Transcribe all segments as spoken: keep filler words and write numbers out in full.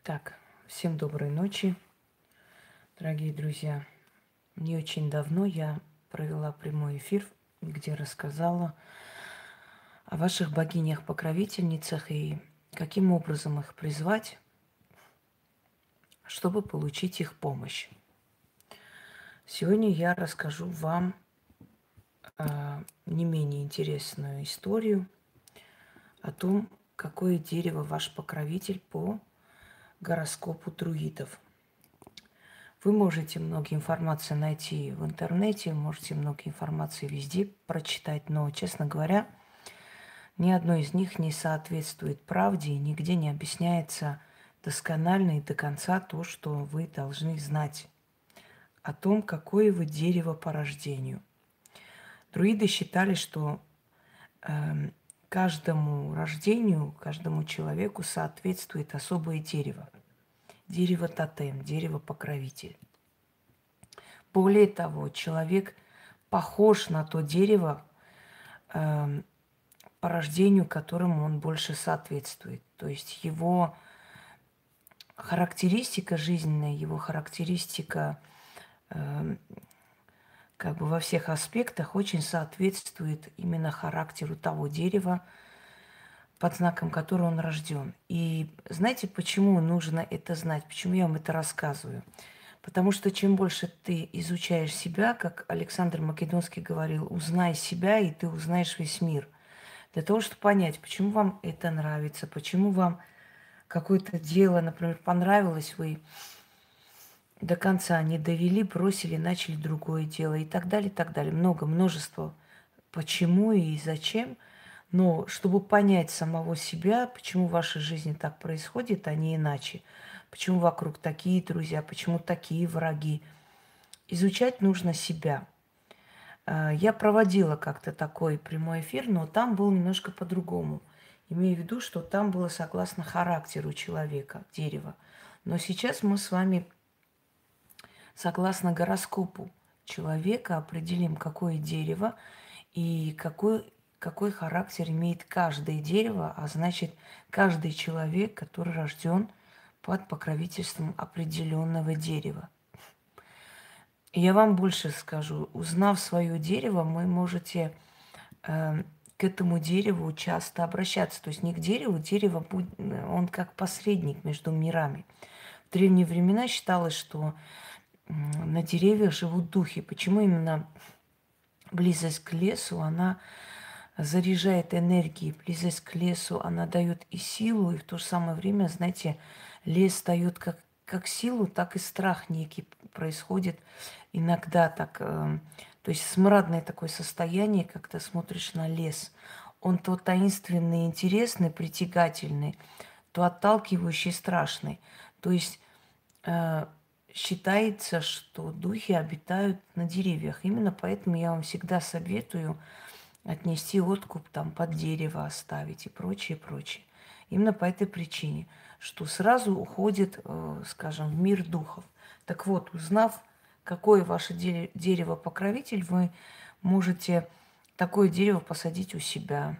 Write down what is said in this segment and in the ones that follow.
Так, всем доброй ночи, дорогие друзья. Не очень давно я провела прямой эфир, где рассказала о ваших богинях-покровительницах и каким образом их призвать, чтобы получить их помощь. Сегодня я расскажу вам а, не менее интересную историю о том, какое дерево ваш покровитель по гороскопу друидов. Вы можете много информации найти в интернете, можете много информации везде прочитать, но, честно говоря, ни одно из них не соответствует правде и нигде не объясняется досконально и до конца то, что вы должны знать о том, какое вы дерево по рождению. Друиды считали, что э, каждому рождению, каждому человеку соответствует особое дерево. Дерево-тотем, дерево-покровитель. Более того, человек похож на то дерево, э, по рождению которому он больше соответствует. То есть его характеристика жизненная, его характеристика э, как бы во всех аспектах очень соответствует именно характеру того дерева, под знаком которого он рожден. И знаете, почему нужно это знать? Почему я вам это рассказываю? Потому что чем больше ты изучаешь себя, как Александр Македонский говорил, узнай себя, и ты узнаешь весь мир. Для того, чтобы понять, почему вам это нравится, почему вам какое-то дело, например, понравилось, вы до конца не довели, бросили, начали другое дело и так далее, и так далее. Много, множество почему и зачем. Но чтобы понять самого себя, почему в вашей жизни так происходит, а не иначе, почему вокруг такие друзья, почему такие враги, изучать нужно себя. А, Я проводила как-то такой прямой эфир, но там было немножко по-другому. Имею в виду, что там было согласно характеру человека, дерева. Но сейчас мы с вами согласно гороскопу человека определим, какое дерево и какой, какой характер имеет каждое дерево, а значит, каждый человек, который рожден под покровительством определенного дерева. И я вам больше скажу, узнав свое дерево, вы можете э, к этому дереву часто обращаться. То есть не к дереву, дерево, будет- он как посредник между мирами. В древние времена считалось, что м, на деревьях живут духи. Почему именно близость к лесу, она заряжает энергией, близость к лесу, она дает и силу, и в то же самое время, знаете, лес дает как, как силу, так и страх некий происходит иногда так. э, То есть смрадное такое состояние, как ты смотришь на лес. Он то таинственный, интересный, притягательный, то отталкивающий, страшный. То есть э, считается, что духи обитают на деревьях. Именно поэтому я вам всегда советую отнести откуп там под дерево оставить и прочее, прочее. Именно по этой причине, что сразу уходит, э, скажем, в мир духов. Так вот, узнав, какое ваше де- дерево-покровитель, вы можете такое дерево посадить у себя,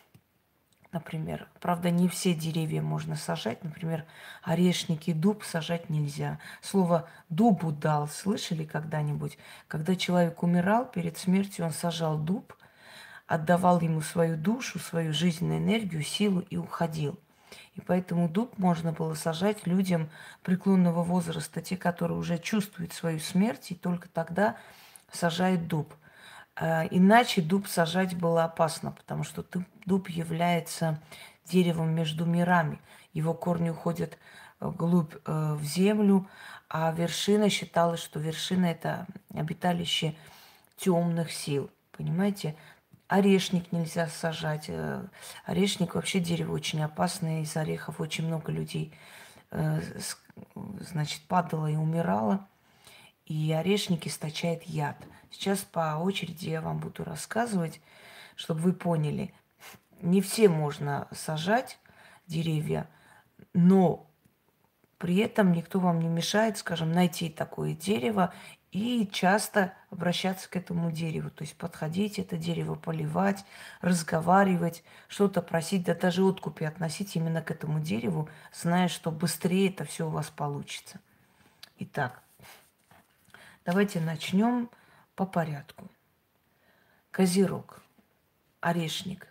например. Правда, не все деревья можно сажать. Например, орешники, дуб сажать нельзя. Слово «дубу дал» слышали когда-нибудь? Когда человек умирал, перед смертью он сажал дуб, отдавал ему свою душу, свою жизненную энергию, силу и уходил. И поэтому дуб можно было сажать людям преклонного возраста, те, которые уже чувствуют свою смерть, и только тогда сажают дуб. А Иначе дуб сажать было опасно, потому что дуб дуб является деревом между мирами. Его корни уходят э, глубь э, в землю, а вершина считалось, что вершина это обиталище темных сил. Понимаете? Орешник нельзя сажать. э, Орешник вообще дерево очень опасное. Из орехов очень много людей, э, с- значит, падало и умирало. И орешник источает яд. Сейчас по очереди я вам буду рассказывать, чтобы вы поняли. Не все можно сажать деревья, но при этом никто вам не мешает, скажем, найти такое дерево И часто обращаться к этому дереву, то есть подходить, это дерево поливать, разговаривать, что-то просить, да даже откупи относить именно к этому дереву, зная, что быстрее это все у вас получится. Итак, давайте начнем по порядку. Козерог, орешник.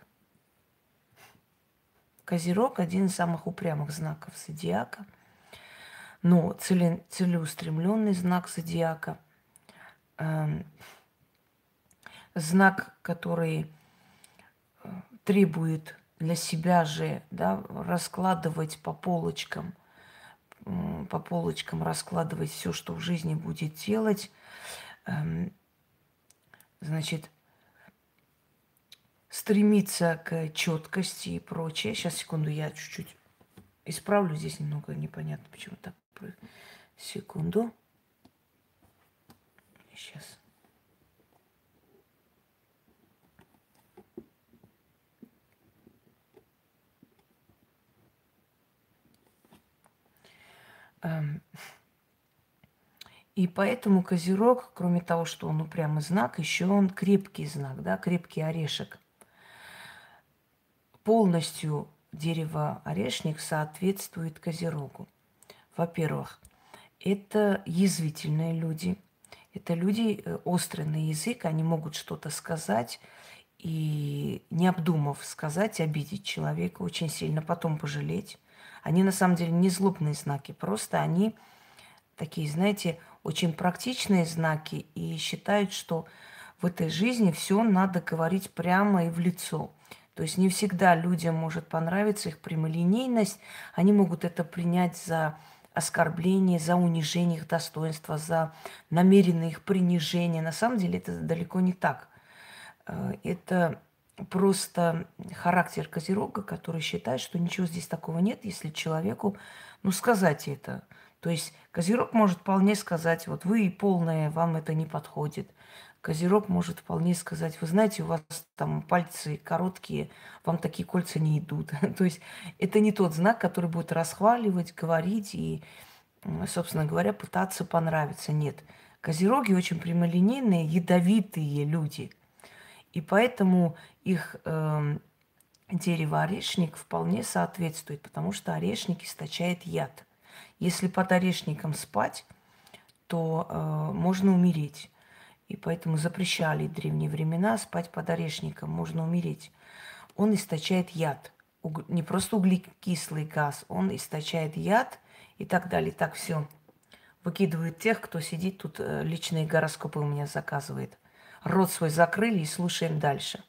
Козерог – один из самых упрямых знаков зодиака, но целе, целеустремленный знак зодиака, э, знак, который требует для себя же, да, раскладывать по полочкам, по полочкам раскладывать все, что в жизни будет делать, эм, значит, стремиться к четкости и прочее. Сейчас, секунду, я чуть-чуть исправлю. Здесь немного непонятно, почему так. Секунду. Сейчас. И поэтому козерог, кроме того, что он упрямый знак, еще он крепкий знак, да, крепкий орешек. Полностью дерево орешник соответствует козерогу. Во-первых, это язвительные люди. Это люди острые на язык, они могут что-то сказать и, не обдумав сказать, обидеть человека, очень сильно потом пожалеть. Они на самом деле не злобные знаки, просто они такие, знаете, очень практичные знаки и считают, что в этой жизни все надо говорить прямо и в лицо. То есть не всегда людям может понравиться их прямолинейность, они могут это принять за оскорбление, за унижение их достоинства, за намеренное их принижение. На самом деле это далеко не так. Это просто характер козерога, который считает, что ничего здесь такого нет, если человеку, ну, сказать это. То есть козерог может вполне сказать, вот вы полная, вам это не подходит. Козерог может вполне сказать, вы знаете, у вас там пальцы короткие, вам такие кольца не идут. То есть это не тот знак, который будет расхваливать, говорить и, собственно говоря, пытаться понравиться. Нет. Козероги очень прямолинейные, ядовитые люди. И поэтому их э, дерево орешник вполне соответствует, потому что орешник источает яд. Если под орешником спать, то э, можно умереть. И поэтому запрещали в древние времена спать под орешником, можно умереть. Он источает яд. Уг... Не просто углекислый газ, он источает яд и так далее. Так, все. Выкидывают тех, кто сидит тут, э, личные гороскопы у меня заказывает. Рот свой закрыли и слушаем дальше.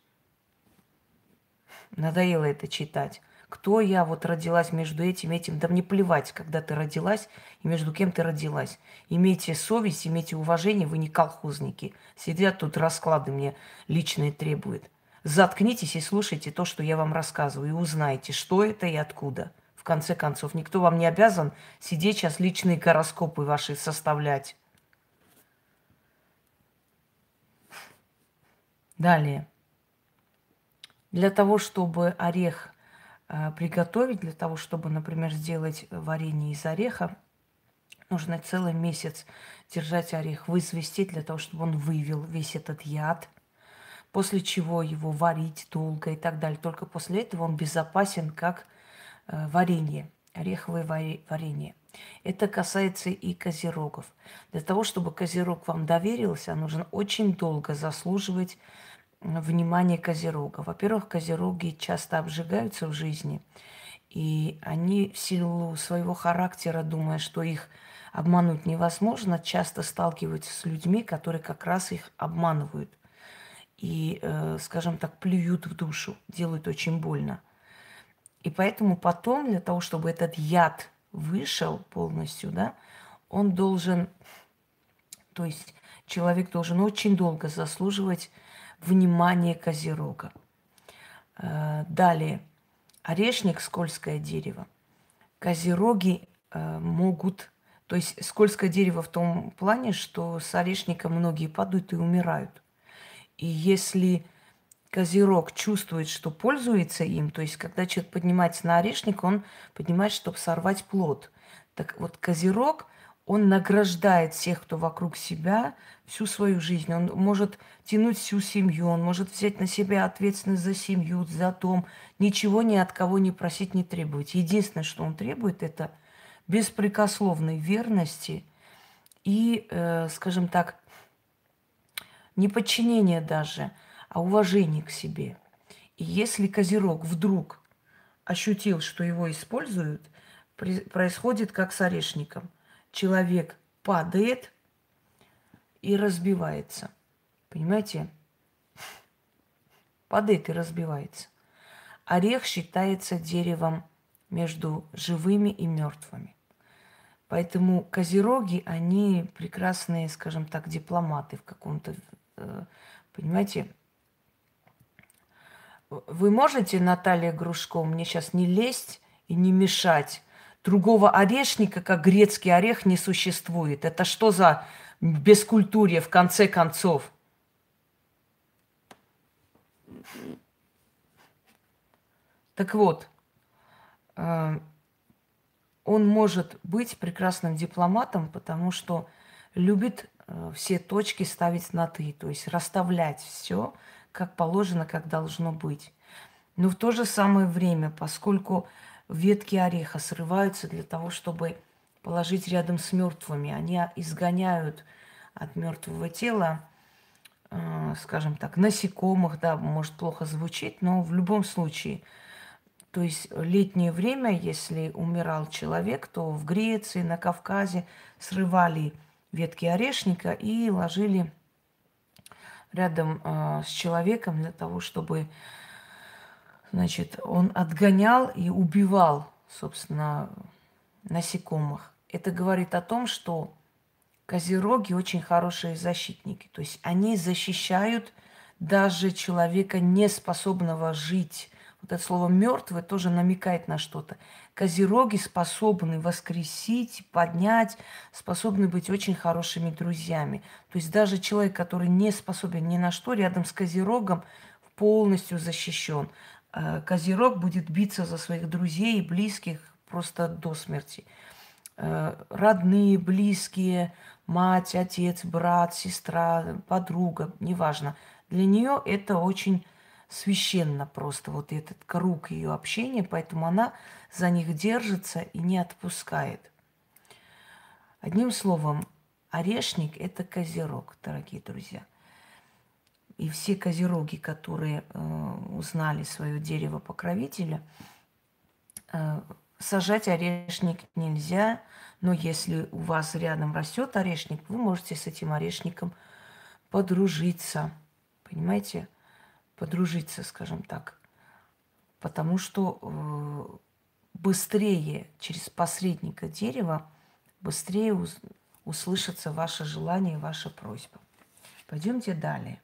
Надоело это читать. Кто я, вот родилась между этим и этим. Да мне плевать, когда ты родилась и между кем ты родилась. Имейте совесть, имейте уважение, вы не колхозники. Сидят тут, расклады мне личные требуют. Заткнитесь и слушайте то, что я вам рассказываю, и узнайте, что это и откуда. В конце концов, никто вам не обязан сидеть сейчас личные гороскопы ваши составлять. Далее. Для того, чтобы орех э, приготовить, для того, чтобы, например, сделать варенье из ореха, нужно целый месяц держать орех, вызвести, для того, чтобы он вывел весь этот яд, после чего его варить долго и так далее. Только после этого он безопасен, как э, варенье, ореховое варенье. Это касается и козерогов. Для того, чтобы козерог вам доверился, нужно очень долго заслуживать внимание козерога. Во-первых, козероги часто обжигаются в жизни, и они в силу своего характера, думая, что их обмануть невозможно, часто сталкиваются с людьми, которые как раз их обманывают и, э, скажем так, плюют в душу, делают очень больно. И поэтому потом, для того, чтобы этот яд вышел полностью, да, он должен, то есть человек должен очень долго заслуживать внимание козерога. Далее. Орешник – скользкое дерево. Козероги э, могут... То есть скользкое дерево в том плане, что с орешника многие падают и умирают. И если козерог чувствует, что пользуется им, то есть когда человек поднимается на орешник, он поднимается, чтобы сорвать плод. Так вот, козерог, он награждает всех, кто вокруг себя, всю свою жизнь. Он может тянуть всю семью, он может взять на себя ответственность за семью, за дом, ничего ни от кого не просить, не требовать. Единственное, что он требует, это беспрекословной верности и, э, скажем так, не подчинение даже, а уважение к себе. И если Козерог вдруг ощутил, что его используют, при- происходит как с орешником. Человек падает и разбивается. Понимаете? Падает и разбивается. Орех считается деревом между живыми и мертвыми. Поэтому козероги, они прекрасные, скажем так, дипломаты в каком-то, э, понимаете. Вы можете, Наталья Грушко, мне сейчас не лезть и не мешать? Другого орешника, как грецкий орех, не существует. Это что за бескультурье, в конце концов? Так вот, э, он может быть прекрасным дипломатом, потому что любит э, все точки ставить на «ты», то есть расставлять все, как положено, как должно быть. Но в то же самое время, поскольку ветки ореха срываются для того, чтобы положить рядом с мертвыми, они изгоняют от мертвого тела, э, скажем так, насекомых, да, может плохо звучит, но в любом случае – то есть летнее время, если умирал человек, то в Греции, на Кавказе срывали ветки орешника и ложили рядом э, с человеком для того, чтобы, значит, он отгонял и убивал, собственно, насекомых. Это говорит о том, что козероги очень хорошие защитники. То есть они защищают даже человека, не способного жить. Вот это слово «мертвый» тоже намекает на что-то. Козероги способны воскресить, поднять, способны быть очень хорошими друзьями. То есть даже человек, который не способен ни на что, рядом с козерогом полностью защищен. Э, Козерог будет биться за своих друзей и близких просто до смерти. Э, Родные, близкие, мать, отец, брат, сестра, подруга, неважно. Для нее это очень священно просто, вот этот круг ее общения, поэтому она за них держится и не отпускает. Одним словом, орешник – это козерог, дорогие друзья. И все козероги, которые э, узнали свое дерево покровителя, э, сажать орешник нельзя, но если у вас рядом растет орешник, вы можете с этим орешником подружиться, понимаете? Подружиться, скажем так. Потому что э, быстрее через посредника дерева, быстрее уз- услышится ваше желание и ваша просьба. Пойдемте далее.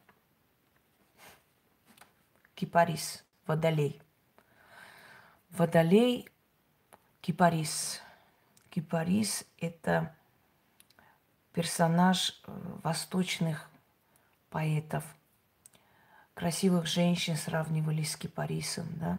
Кипарис, водолей. Водолей, кипарис. Кипарис – это персонаж э, восточных поэтов. Красивых женщин сравнивали с кипарисом, да?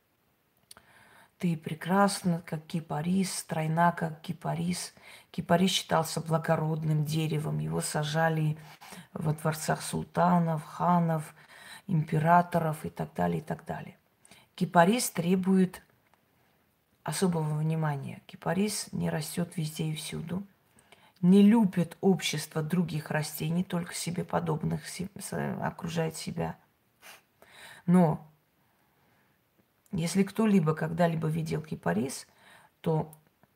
Ты прекрасна, как кипарис, стройна, как кипарис. Кипарис считался благородным деревом. Его сажали во дворцах султанов, ханов, императоров и так далее, и так далее. Кипарис требует особого внимания. Кипарис не растет везде и всюду. Не любит общество других растений, только себе подобных окружает себя. Но если кто-либо когда-либо видел кипарис, то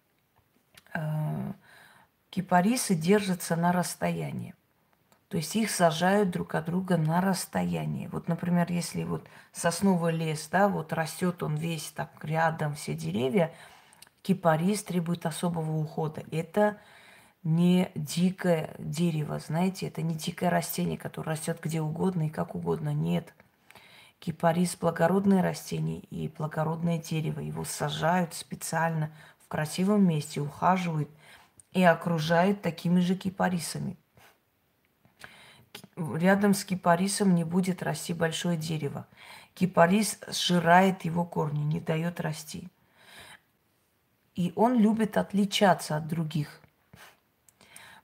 э, кипарисы держатся на расстоянии. То есть их сажают друг от друга на расстоянии. Вот, например, если вот сосновый лес, да, вот растет он весь так рядом, все деревья, кипарис требует особого ухода. Это не дикое дерево, знаете, это не дикое растение, которое растет где угодно и как угодно. Нет. Кипарис – благородное растение и благородное дерево. Его сажают специально в красивом месте, ухаживают и окружают такими же кипарисами. Рядом с кипарисом не будет расти большое дерево. Кипарис сжирает его корни, не дает расти. И он любит отличаться от других.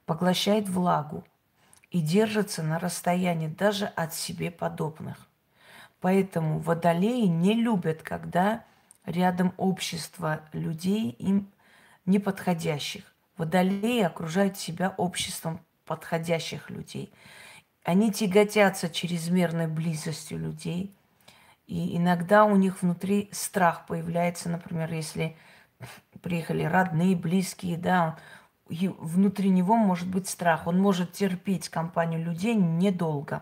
поглощает влагу и держится на расстоянии даже от себе подобных. Поэтому водолеи не любят, когда рядом общество людей им неподходящих. Водолеи окружают себя обществом подходящих людей. Они тяготятся чрезмерной близостью людей. И иногда у них внутри страх появляется, например, если приехали родные, близкие, да, и внутри него может быть страх. Он может терпеть компанию людей недолго.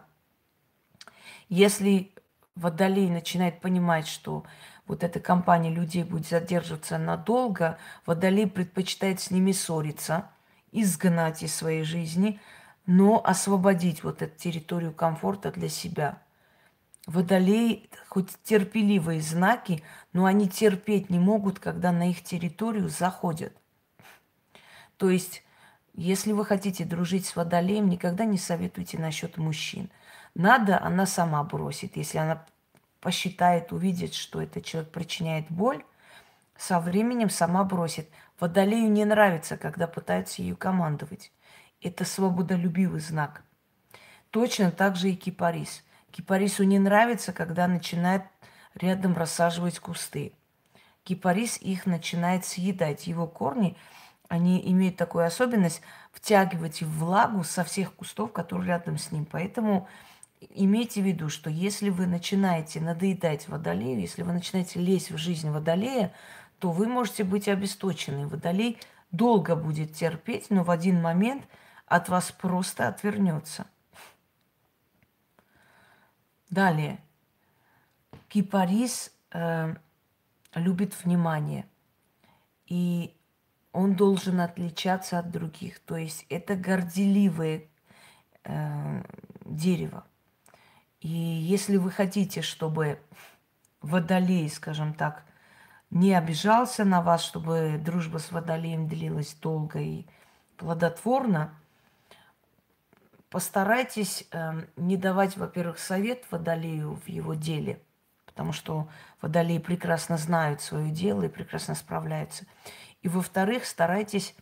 Если Водолей начинает понимать, что вот эта компания людей будет задерживаться надолго, Водолей предпочитает с ними ссориться, изгнать из своей жизни, но освободить вот эту территорию комфорта для себя. Водолей, хоть терпеливые знаки, но они терпеть не могут, когда на их территорию заходят. То есть, если вы хотите дружить с Водолеем, никогда не советуйте насчет мужчин. Надо, она сама бросит. Если она посчитает, увидит, что этот человек причиняет боль, со временем сама бросит. Водолею не нравится, когда пытаются ее командовать. Это свободолюбивый знак. Точно так же и кипарис. Кипарису не нравится, когда начинает рядом рассаживать кусты. Кипарис их начинает съедать. Его корни, они имеют такую особенность втягивать влагу со всех кустов, которые рядом с ним. Поэтому имейте в виду, что если вы начинаете надоедать Водолею, если вы начинаете лезть в жизнь Водолея, то вы можете быть обесточены. Водолей долго будет терпеть, но в один момент от вас просто отвернется. Далее. Кипарис э, любит внимание. И он должен отличаться от других. То есть это горделивое э, дерево. И если вы хотите, чтобы Водолей, скажем так, не обижался на вас, чтобы дружба с Водолеем длилась долго и плодотворно, постарайтесь э, не давать, во-первых, совет Водолею в его деле, потому что Водолеи прекрасно знают свое дело и прекрасно справляются. И, во-вторых, старайтесь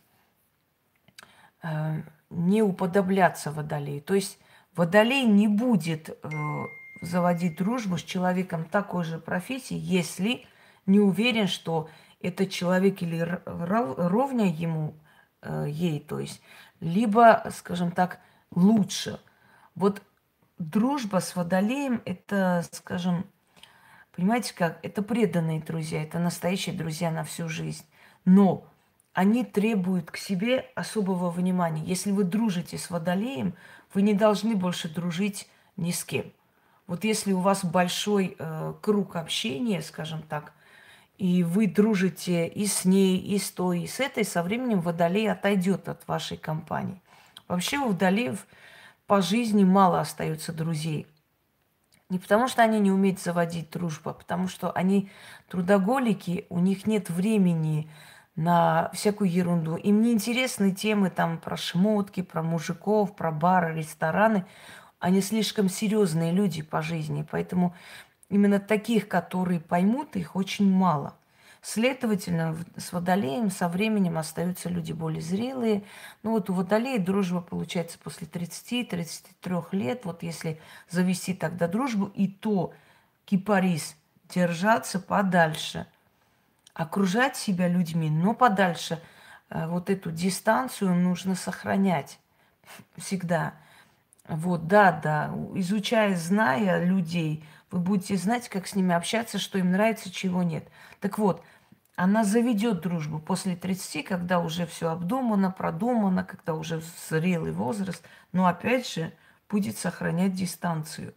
э, не уподобляться Водолею. То есть Водолей не будет э, заводить дружбу с человеком такой же профессии, если не уверен, что этот человек или ровня ему, э, ей, то есть, либо, скажем так, лучше. Вот дружба с Водолеем – это, скажем, понимаете как, это преданные друзья, это настоящие друзья на всю жизнь. Но они требуют к себе особого внимания. Если вы дружите с Водолеем, вы не должны больше дружить ни с кем. Вот если у вас большой э, круг общения, скажем так, и вы дружите и с ней, и с той, и с этой, со временем Водолей отойдет от вашей компании. Вообще у Водолеев по жизни мало остается друзей. Не потому что они не умеют заводить дружбу, а потому что они трудоголики, у них нет времени на всякую ерунду. Им не интересны темы там про шмотки, про мужиков, про бары, рестораны. Они слишком серьезные люди по жизни, поэтому именно таких, которые поймут, их очень мало. Следовательно, с Водолеем со временем остаются люди более зрелые. Ну вот у Водолея дружба получается после тридцати-тридцати трёх лет. Вот если завести тогда дружбу, и то кипарис держаться подальше. Окружать себя людьми, но подальше. Вот эту дистанцию нужно сохранять всегда. Вот, да, да. Изучая, зная людей, вы будете знать, как с ними общаться, что им нравится, чего нет. Так вот, она заведет дружбу после тридцати, когда уже все обдумано, продумано, когда уже зрелый возраст, но опять же будет сохранять дистанцию.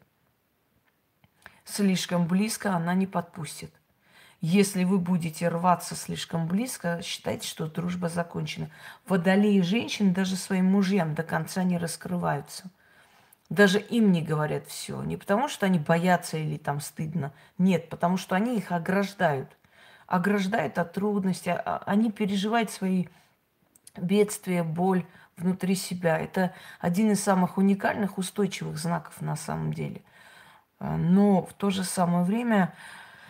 Слишком близко она не подпустит. Если вы будете рваться слишком близко, считайте, что дружба закончена. Водолеи женщин даже своим мужьям до конца не раскрываются. Даже им не говорят все. Не потому, что они боятся или там стыдно. Нет, потому что они их ограждают. Ограждают от трудностей. Они переживают свои бедствия, боль внутри себя. Это один из самых уникальных, устойчивых знаков на самом деле. Но в то же самое время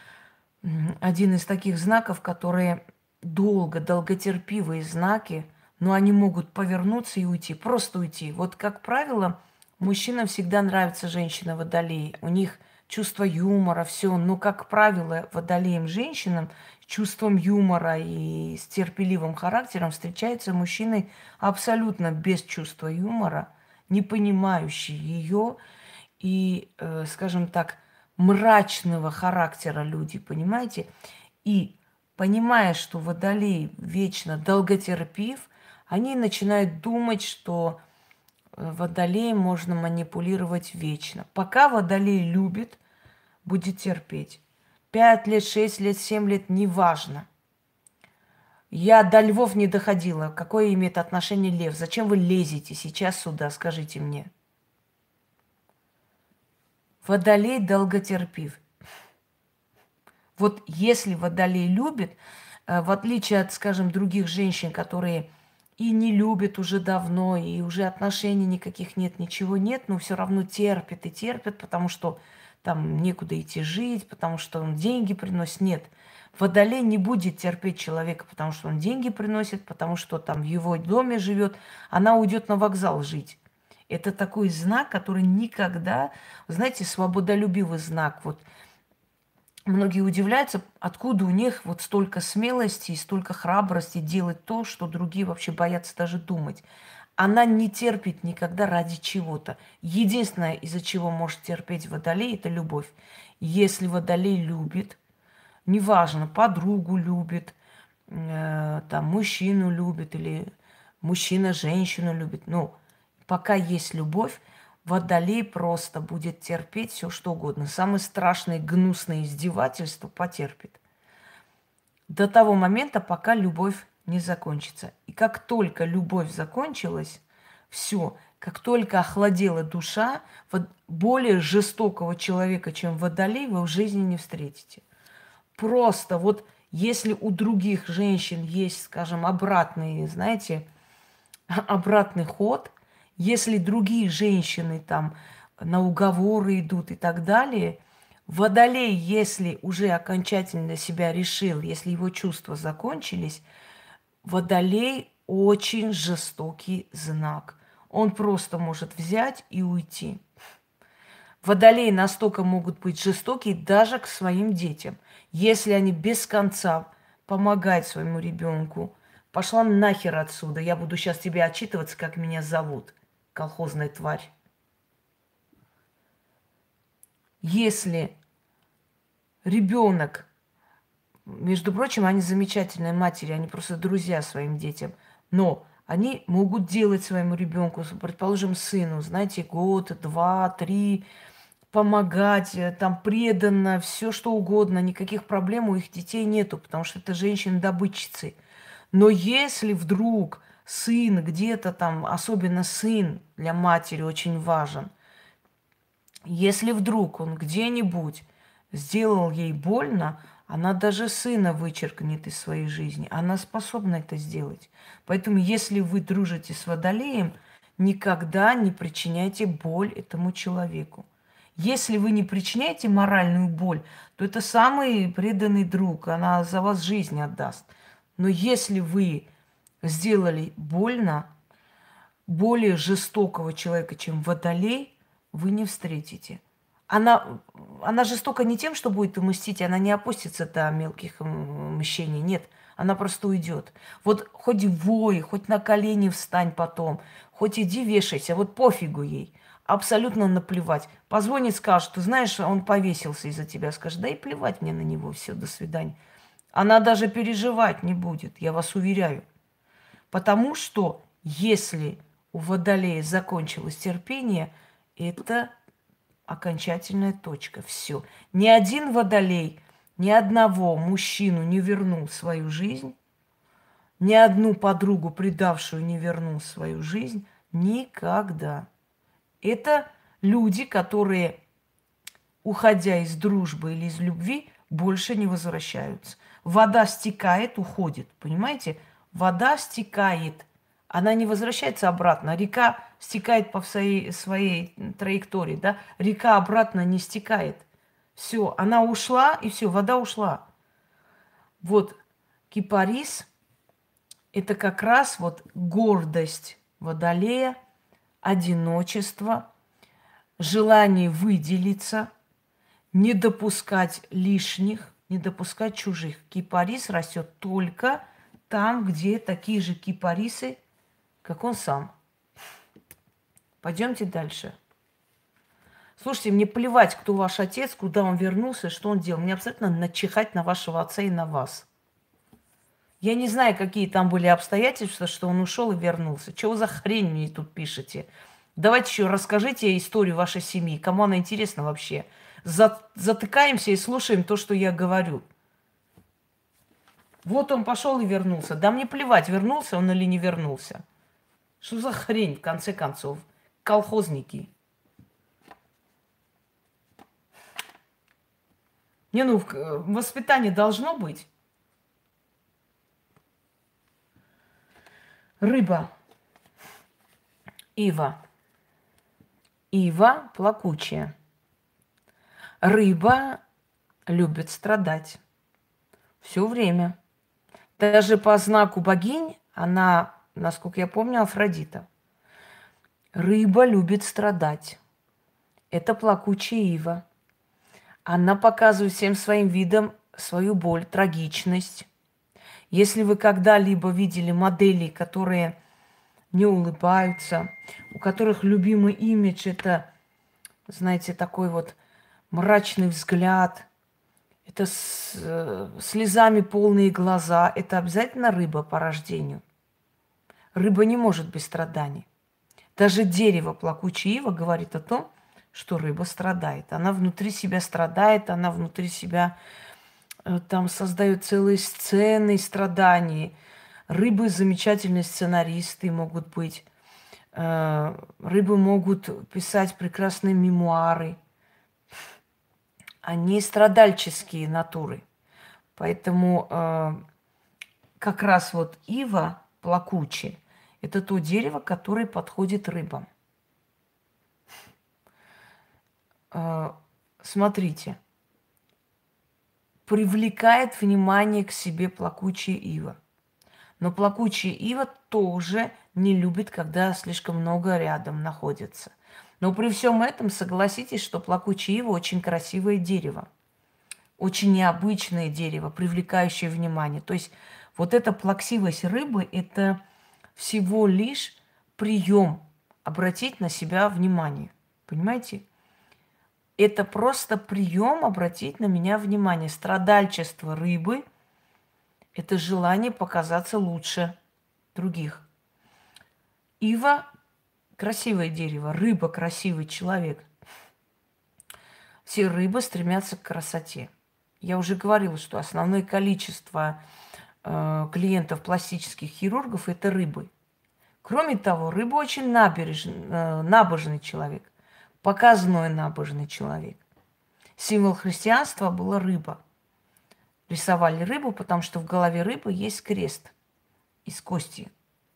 один из таких знаков, которые долго, долготерпивые знаки, но они могут повернуться и уйти, просто уйти. Вот, как правило, мужчинам всегда нравится женщина водолей. У них чувство юмора, все. Но, как правило, водолеем женщинам с чувством юмора и с терпеливым характером встречаются мужчины абсолютно без чувства юмора, не понимающие ее и, э, скажем так, мрачного характера люди, понимаете? И понимая, что водолей вечно долготерпив, они начинают думать, что э, водолеем можно манипулировать вечно. Пока водолей любит, будет терпеть. Пять лет, шесть лет, семь лет, неважно. Я до львов не доходила. Какое имеет отношение лев? Зачем вы лезете сейчас сюда, скажите мне? Водолей долготерпив. Вот если водолей любит, э, в отличие от, скажем, других женщин, которые и не любят уже давно, и уже отношений никаких нет, ничего нет, но все равно терпят и терпят, потому что там некуда идти жить, потому что он деньги приносит. Нет, водолей не будет терпеть человека, потому что он деньги приносит, потому что там в его доме живет. Она уйдет на вокзал жить. Это такой знак, который никогда, знаете, свободолюбивый знак. Вот многие удивляются, откуда у них вот столько смелости и столько храбрости делать то, что другие вообще боятся даже думать. Она не терпит никогда ради чего-то. Единственное, из-за чего может терпеть водолей, это любовь. Если водолей любит, неважно, подругу любит, э, там, мужчину любит или мужчина женщину любит, ну, пока есть любовь, водолей просто будет терпеть все, что угодно. Самые страшные, гнусные издевательства потерпит. До того момента, пока любовь не закончится. И как только любовь закончилась, все, как только охладела душа, вот более жестокого человека, чем водолей, вы в жизни не встретите. Просто вот если у других женщин есть, скажем, обратный, знаете, обратный ход, если другие женщины там на уговоры идут и так далее, водолей, если уже окончательно себя решил, если его чувства закончились, водолей очень жестокий знак. Он просто может взять и уйти. Водолеи настолько могут быть жестоки даже к своим детям. Если они без конца помогают своему ребенку, пошла нахер отсюда, я буду сейчас тебе отчитываться, как меня зовут, колхозная тварь. Если ребенок, между прочим, они замечательные матери, они просто друзья своим детям, но они могут делать своему ребенку, предположим, сыну, знаете, год, два, три, помогать, э, там преданно, все что угодно, никаких проблем у их детей нету, потому что это женщины-добытчицы. Но если вдруг сын где-то там, особенно сын для матери очень важен, если вдруг он где-нибудь сделал ей больно, она даже сына вычеркнет из своей жизни. Она способна это сделать. Поэтому, если вы дружите с водолеем, никогда не причиняйте боль этому человеку. Если вы не причиняете моральную боль, то это самый преданный друг, она за вас жизнь отдаст. Но если вы сделали больно, более жестокого человека, чем водолей, вы не встретите. Она, она жестока не тем, что будет мстить, она не опустится до мелких мщений, нет, она просто уйдет. Вот хоть вой, хоть на колени встань потом, хоть иди вешайся, вот пофигу ей. Абсолютно наплевать. Позвонит, скажет, ты знаешь, он повесился из-за тебя. Скажет, да и плевать мне на него, все, до свидания. Она даже переживать не будет, я вас уверяю. Потому что если у водолея закончилось терпение, это окончательная точка. Все. Ни один водолей, ни одного мужчину не вернул в свою жизнь, ни одну подругу, предавшую, не вернул в свою жизнь никогда. Это люди, которые, уходя из дружбы или из любви, больше не возвращаются. Вода стекает, уходит, понимаете? Вода стекает, она не возвращается обратно. Река стекает по своей, своей траектории, да? Река обратно не стекает. Все, она ушла, и все, вода ушла. Вот кипарис – это как раз вот гордость водолея, одиночество, желание выделиться, не допускать лишних, не допускать чужих. Кипарис растет только там, где такие же кипарисы, как он сам. Пойдемте дальше. Слушайте, мне плевать, кто ваш отец, куда он вернулся, что он делал. Мне абсолютно начихать на вашего отца и на вас. Я не знаю, какие там были обстоятельства, что он ушел и вернулся. Чего за хрень мне тут пишете? Давайте еще расскажите историю вашей семьи. Кому она интересна вообще? Затыкаемся и слушаем то, что я говорю. Вот он пошел и вернулся. Да мне плевать, вернулся он или не вернулся. Что за хрень, в конце концов? Колхозники. Не, ну, воспитание должно быть. Рыба. Ива. Ива плакучая. Рыба любит страдать. Все время. Даже по знаку богинь, она, насколько я помню, Афродита. Рыба любит страдать. Это плакучая ива. Она показывает всем своим видом свою боль, трагичность. Если вы когда-либо видели моделей, которые не улыбаются, у которых любимый имидж – это, знаете, такой вот мрачный взгляд, это с, э, слезами полные глаза, это обязательно рыба по рождению. Рыба не может без страданий. Даже дерево плакучая ива говорит о том, что рыба страдает. Она внутри себя страдает, она внутри себя э, там создает целые сцены страданий. Рыбы замечательные сценаристы могут быть. Э, рыбы могут писать прекрасные мемуары. Они страдальческие натуры. Поэтому э, как раз вот ива плакучая – это то дерево, которое подходит рыбам. Смотрите, привлекает внимание к себе плакучая ива. Но плакучая ива тоже не любит, когда слишком много рядом находится. Но при всем этом согласитесь, что плакучая ива очень красивое дерево. Очень необычное дерево, привлекающее внимание. То есть вот эта плаксивость рыбы – это всего лишь прием обратить на себя внимание. Понимаете? Это просто прием обратить на меня внимание. Страдальчество рыбы – это желание показаться лучше других. Ива – красивое дерево, рыба – красивый человек. Все рыбы стремятся к красоте. Я уже говорила, что основное количество э, клиентов пластических хирургов – это рыбы. Кроме того, рыба очень набережный, э, набожный человек. Показной набожный человек. Символ христианства была рыба. Рисовали рыбу, потому что в голове рыбы есть крест из кости.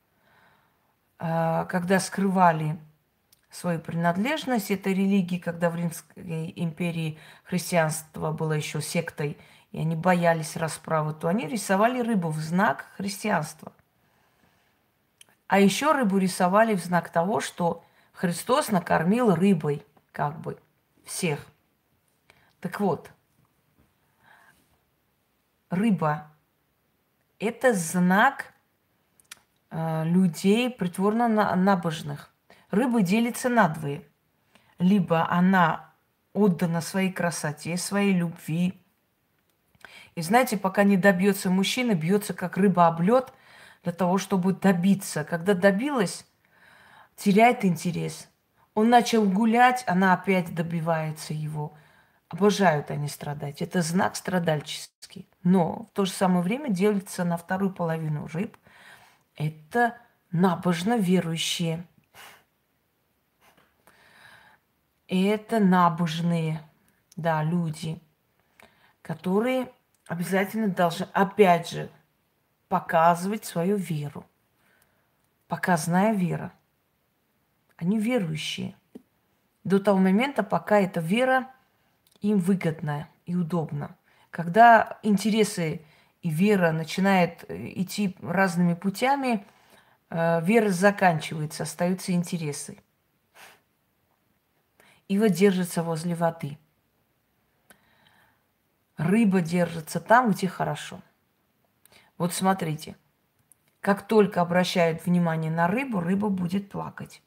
Когда скрывали свою принадлежность этой религии, когда в Римской империи христианство было еще сектой, и они боялись расправы, то они рисовали рыбу в знак христианства. А еще рыбу рисовали в знак того, что Христос накормил рыбой, как бы, всех. Так вот, рыба – это знак э, людей притворно набожных. Рыба делится надвое. Либо она отдана своей красоте, своей любви. И знаете, пока не добьется мужчина, бьется как рыба об лед для того, чтобы добиться. Когда добилась, теряет интерес. Он начал гулять, она опять добивается его. Обожают они страдать. Это знак страдальческий. Но в то же самое время делится на вторую половину рыб. Это набожно верующие. Это набожные, да, люди, которые обязательно должны, опять же, показывать свою веру. Показная вера. Они верующие. До того момента, пока эта вера им выгодна и удобна. Когда интересы и вера начинает идти разными путями, вера заканчивается, остаются интересы. Ива держится возле воды. Рыба держится там, где хорошо. Вот смотрите, как только обращают внимание на рыбу, рыба будет плакать.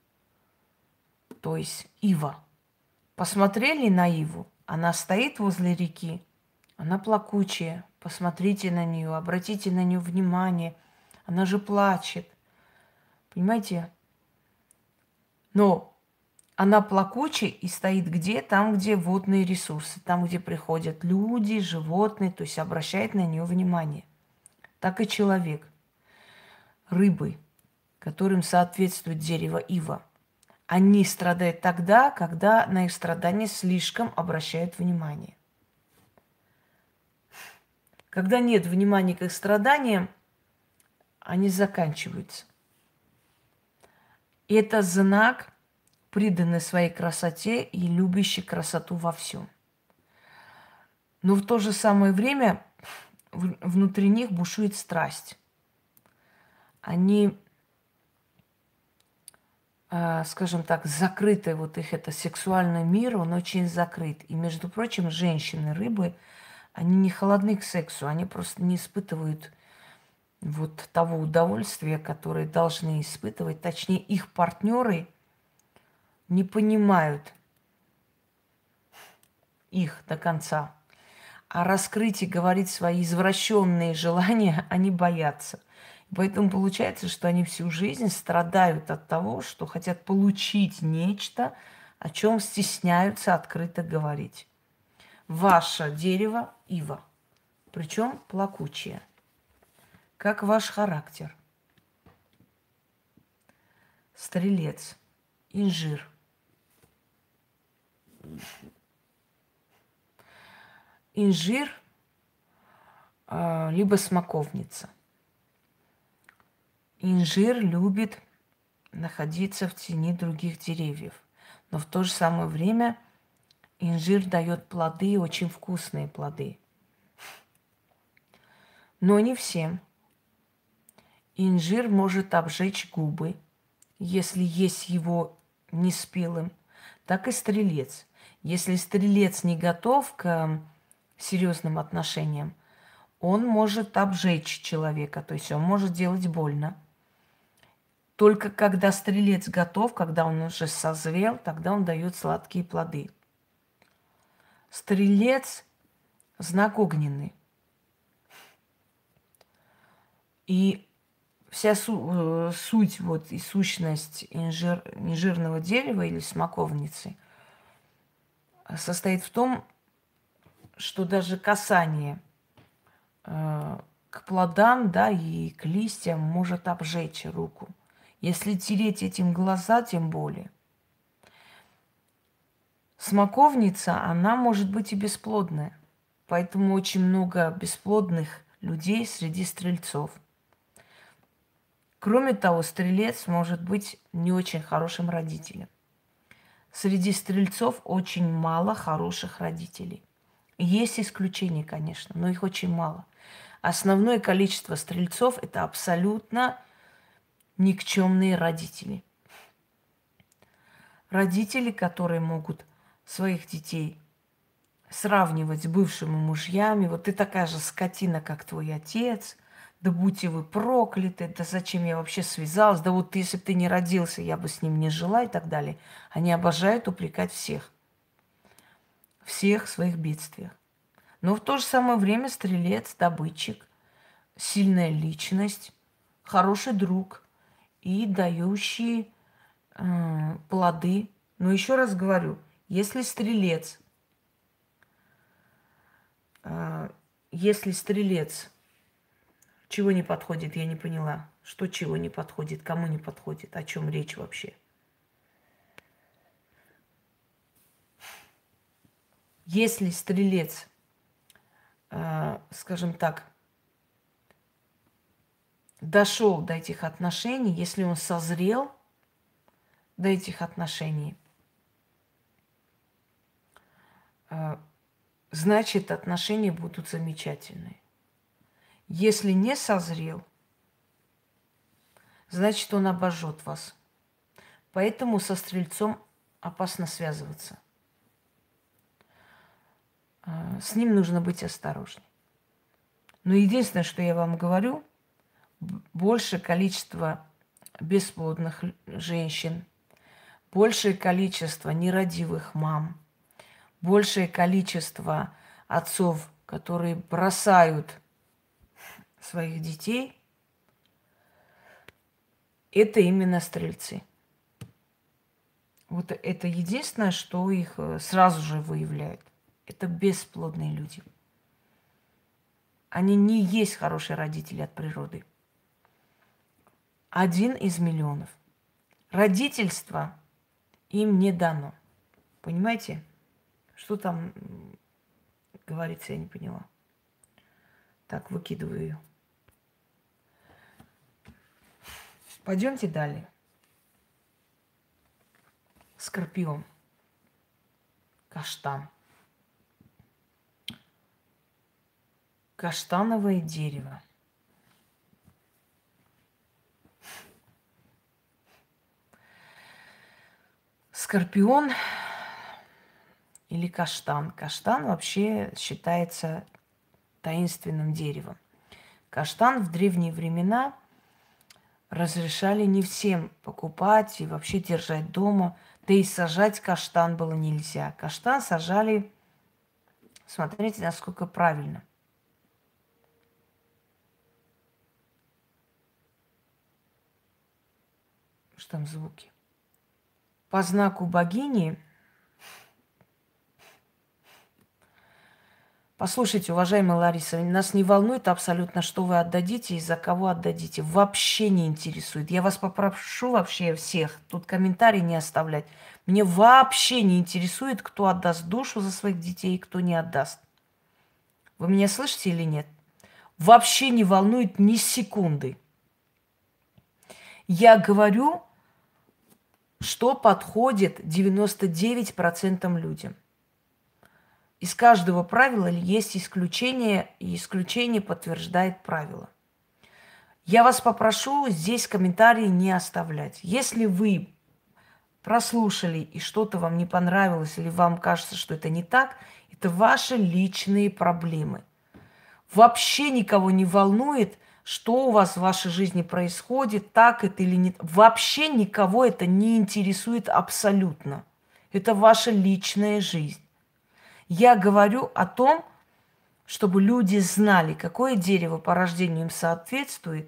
То есть ива. Посмотрели на иву, она стоит возле реки, она плакучая. Посмотрите на нее, обратите на нее внимание. Она же плачет. Понимаете? Но она плакучая и стоит где? Там, где водные ресурсы, там, где приходят люди, животные, то есть обращает на нее внимание. Так и человек. Рыбы, которым соответствует дерево ива, они страдают тогда, когда на их страдания слишком обращают внимание. Когда нет внимания к их страданиям, они заканчиваются. И это знак, преданный своей красоте и любящий красоту во всем. Но в то же самое время внутри них бушует страсть. Они, скажем так, закрыты, вот их это сексуальный мир, он очень закрыт. И, между прочим, женщины, рыбы, они не холодны к сексу, они просто не испытывают вот того удовольствия, которое должны испытывать. Точнее, их партнеры не понимают их до конца. А раскрыть и говорить свои извращенные желания они боятся. Поэтому получается, что они всю жизнь страдают от того, что хотят получить нечто, о чем стесняются открыто говорить. Ваше дерево – ива, причем плакучее. Как ваш характер? Стрелец, инжир. Инжир, либо смоковница. Инжир любит находиться в тени других деревьев. Но в то же самое время инжир дает плоды, очень вкусные плоды. Но не всем. Инжир может обжечь губы, если есть его неспелым, так и стрелец. Если стрелец не готов к серьезным отношениям, он может обжечь человека, то есть он может делать больно. Только когда стрелец готов, когда он уже созрел, тогда он дает сладкие плоды. Стрелец – знак огненный. И вся су- суть вот, и сущность инжир, инжирного дерева или смоковницы состоит в том, что даже касание э, к плодам, да, и к листьям может обжечь руку. Если тереть этим глаза, тем более. Смоковница, она может быть и бесплодная. Поэтому очень много бесплодных людей среди стрельцов. Кроме того, стрелец может быть не очень хорошим родителем. Среди стрельцов очень мало хороших родителей. Есть исключения, конечно, но их очень мало. Основное количество стрельцов – это абсолютно никчемные родители. Родители, которые могут своих детей сравнивать с бывшими мужьями. Вот ты такая же скотина, как твой отец. Да будьте вы прокляты, да зачем я вообще связалась, да вот если бы ты не родился, я бы с ним не жила и так далее. Они обожают упрекать всех. Всех в своих бедствиях. Но в то же самое время стрелец, добытчик, сильная личность, хороший друг и дающий э, плоды. Но еще раз говорю, если стрелец, э, если стрелец чего не подходит, я не поняла. Что чего не подходит, кому не подходит, о чем речь вообще? Если стрелец, э, скажем так, дошел до этих отношений, если он созрел до этих отношений, э, значит, отношения будут замечательные. Если не созрел, значит, он обожжет вас. Поэтому со стрельцом опасно связываться. С ним нужно быть осторожней. Но единственное, что я вам говорю, большее количество бесплодных женщин, большее количество нерадивых мам, большее количество отцов, которые бросают своих детей, это именно стрельцы. Вот это единственное, что их сразу же выявляет. Это бесплодные люди. Они не есть хорошие родители от природы. Один из миллионов. Родительство им не дано. Понимаете? Что там говорится, я не поняла. Так, выкидываю ее. Пойдемте далее. Скорпион. Каштан. Каштановое дерево. Скорпион или каштан. Каштан вообще считается таинственным деревом. Каштан в древние времена разрешали не всем покупать и вообще держать дома. Да и сажать каштан было нельзя. Каштан сажали, смотрите, насколько правильно. Что там звуки? По знаку богини. Послушайте, уважаемая Лариса, нас не волнует абсолютно, что вы отдадите и за кого отдадите. Вообще не интересует. Я вас попрошу вообще всех тут комментарий не оставлять. Мне вообще не интересует, кто отдаст душу за своих детей, кто не отдаст. Вы меня слышите или нет? Вообще не волнует ни секунды. Я говорю, что подходит девяносто девять процентов людям. Из каждого правила есть исключение, и исключение подтверждает правило. Я вас попрошу здесь комментарии не оставлять. Если вы прослушали и что-то вам не понравилось, или вам кажется, что это не так, это ваши личные проблемы. Вообще никого не волнует, что у вас в вашей жизни происходит, так это или нет. Вообще никого это не интересует абсолютно. Это ваша личная жизнь. Я говорю о том, чтобы люди знали, какое дерево по рождению им соответствует,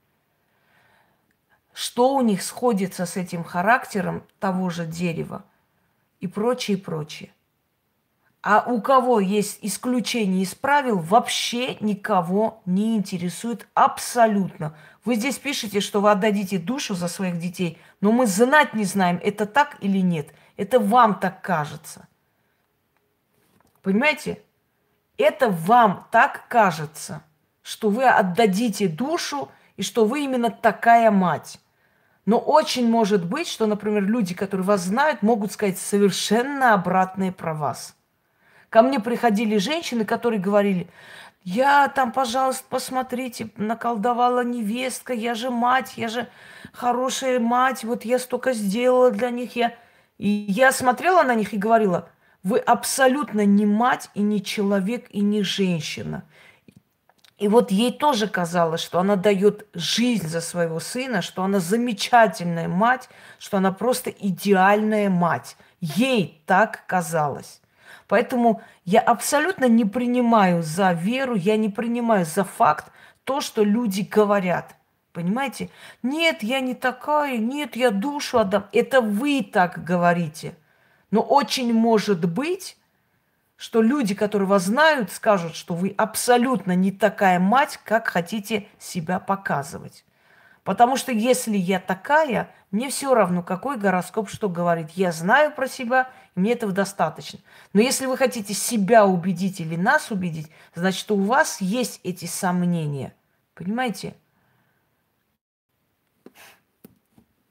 что у них сходится с этим характером того же дерева и прочее, прочее. А у кого есть исключение из правил, вообще никого не интересует абсолютно. Вы здесь пишете, что вы отдадите душу за своих детей, но мы знать не знаем, это так или нет. Это вам так кажется. Понимаете? Это вам так кажется, что вы отдадите душу и что вы именно такая мать. Но очень может быть, что, например, люди, которые вас знают, могут сказать совершенно обратное про вас. Ко мне приходили женщины, которые говорили: я там, пожалуйста, посмотрите, наколдовала невестка, я же мать, я же хорошая мать, вот я столько сделала для них. Я... И я смотрела на них и говорила: вы абсолютно не мать и не человек и не женщина. И вот ей тоже казалось, что она дает жизнь за своего сына, что она замечательная мать, что она просто идеальная мать. Ей так казалось. Поэтому я абсолютно не принимаю за веру, я не принимаю за факт то, что люди говорят. Понимаете? Нет, я не такая, нет, я душу отдам. Это вы так говорите. Но очень может быть, что люди, которые вас знают, скажут, что вы абсолютно не такая мать, как хотите себя показывать. Потому что если я такая, мне все равно, какой гороскоп что говорит. Я знаю про себя, и мне этого достаточно. Но если вы хотите себя убедить или нас убедить, значит, у вас есть эти сомнения. Понимаете?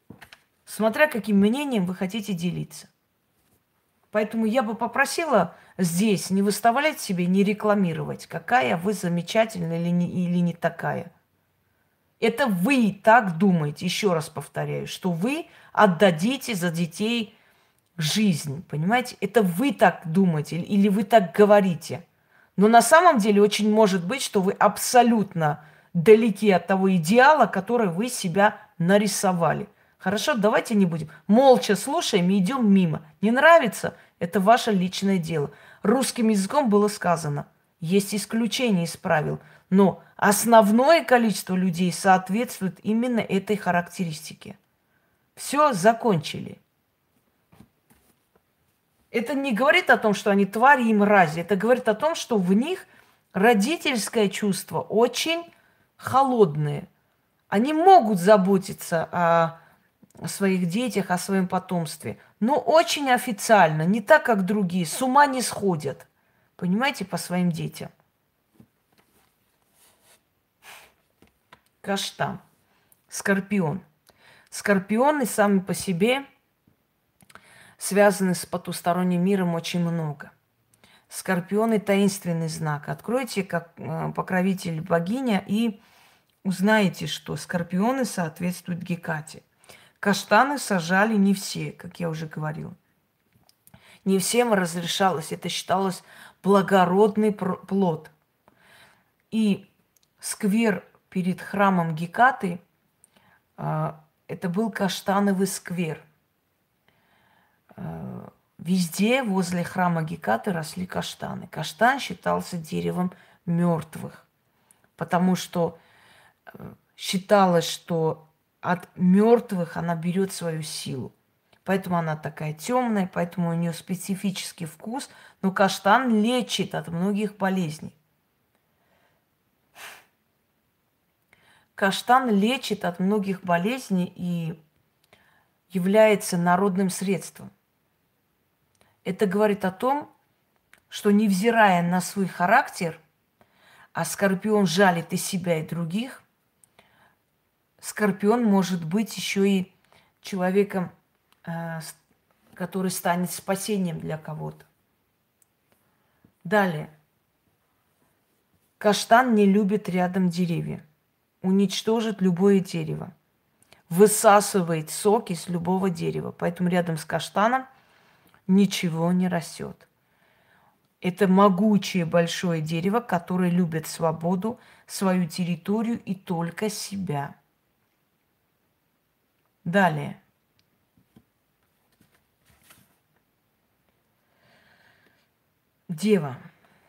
Смотря каким мнением вы хотите делиться. Поэтому я бы попросила здесь не выставлять себе, не рекламировать, какая вы замечательная или не, или не такая. Это вы так думаете, еще раз повторяю, что вы отдадите за детей жизнь, понимаете? Это вы так думаете или вы так говорите. Но на самом деле очень может быть, что вы абсолютно далеки от того идеала, который вы себя нарисовали. Хорошо, давайте не будем. Молча слушаем и идем мимо. Не нравится? Это ваше личное дело. Русским языком было сказано, есть исключения из правил, но основное количество людей соответствует именно этой характеристике. Все, закончили. Это не говорит о том, что они твари и мрази. Это говорит о том, что в них родительское чувство очень холодное. Они могут заботиться о своих детях, о своем потомстве, но очень официально, не так, как другие. С ума не сходят, понимаете, по своим детям. Каштан. Скорпион. Скорпионы сами по себе связаны с потусторонним миром очень много. Скорпионы – таинственный знак. Откройте как покровитель богиня и узнаете, что скорпионы соответствуют Гекате. Каштаны сажали не все, как я уже говорила. Не всем разрешалось. Это считалось благородный плод. И сквер перед храмом Гекаты – это был каштановый сквер. Везде возле храма Гекаты росли каштаны. Каштан считался деревом мертвых, потому что считалось, что от мертвых она берет свою силу. Поэтому она такая темная, поэтому у нее специфический вкус. Но каштан лечит от многих болезней. Каштан лечит от многих болезней и является народным средством. Это говорит о том, что невзирая на свой характер, а скорпион жалит и себя, и других, скорпион может быть еще и человеком, который станет спасением для кого-то. Далее. Каштан не любит рядом деревья. Уничтожит любое дерево. Высасывает сок из любого дерева. Поэтому рядом с каштаном ничего не растет. Это могучее большое дерево, которое любит свободу, свою территорию и только себя. Далее. Дева.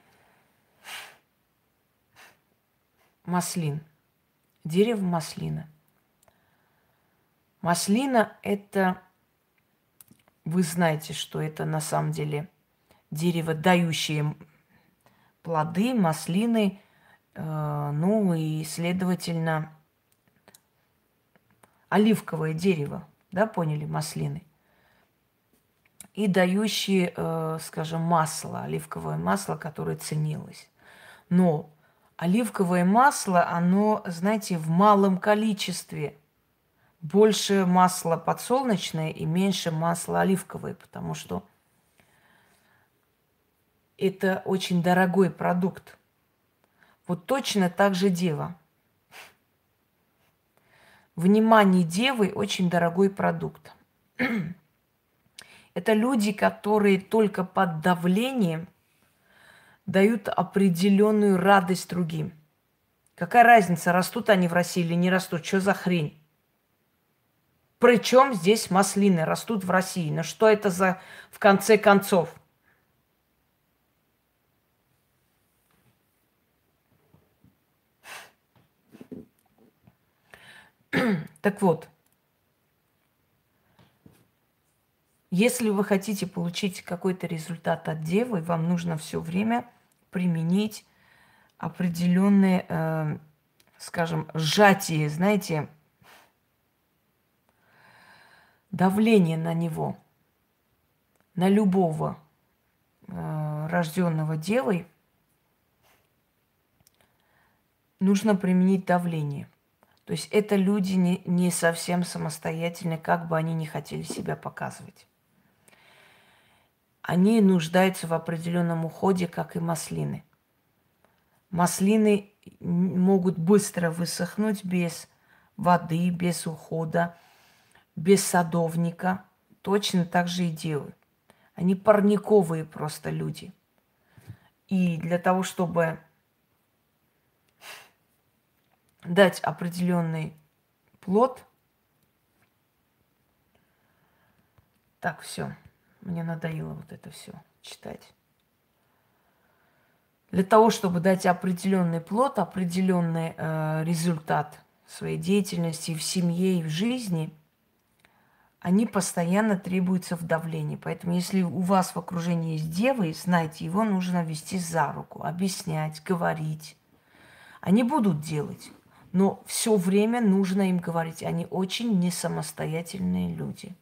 Маслин. Дерево маслина. Маслина – это, вы знаете, что это на самом деле дерево, дающее плоды, маслины, э, ну и, следовательно, оливковое дерево, да, поняли, маслины. И дающие, э, скажем, масло, оливковое масло, которое ценилось. Но оливковое масло, оно, знаете, в малом количестве. Больше масла подсолнечное и меньше масла оливковое, потому что это очень дорогой продукт. Вот точно так же дева. Внимание девы – очень дорогой продукт. Это люди, которые только под давлением дают определенную радость другим. Какая разница, растут они в России или не растут? Что за хрень? Причем здесь маслины растут в России? Ну что это за, в конце концов? Так вот, если вы хотите получить какой-то результат от девы, вам нужно все время применить определенные, э, скажем, сжатие, знаете, давление на него, на любого э, рожденного девой, нужно применить давление. То есть это люди не, не совсем самостоятельные, как бы они ни хотели себя показывать. они нуждаются в определенном уходе, как и маслины. Маслины могут быстро высохнуть без воды, без ухода, без садовника. Точно так же и девы. Они парниковые просто люди. И для того, чтобы дать определенный плод. Так, все. Мне надоело вот это все читать. Для того, чтобы дать определенный плод, определенный э, результат своей деятельности в семье и в жизни, они постоянно требуются в давлении. Поэтому, если у вас в окружении есть девы, знайте, его нужно вести за руку, объяснять, говорить. Они будут делать, но все время нужно им говорить. Они очень несамостоятельные люди.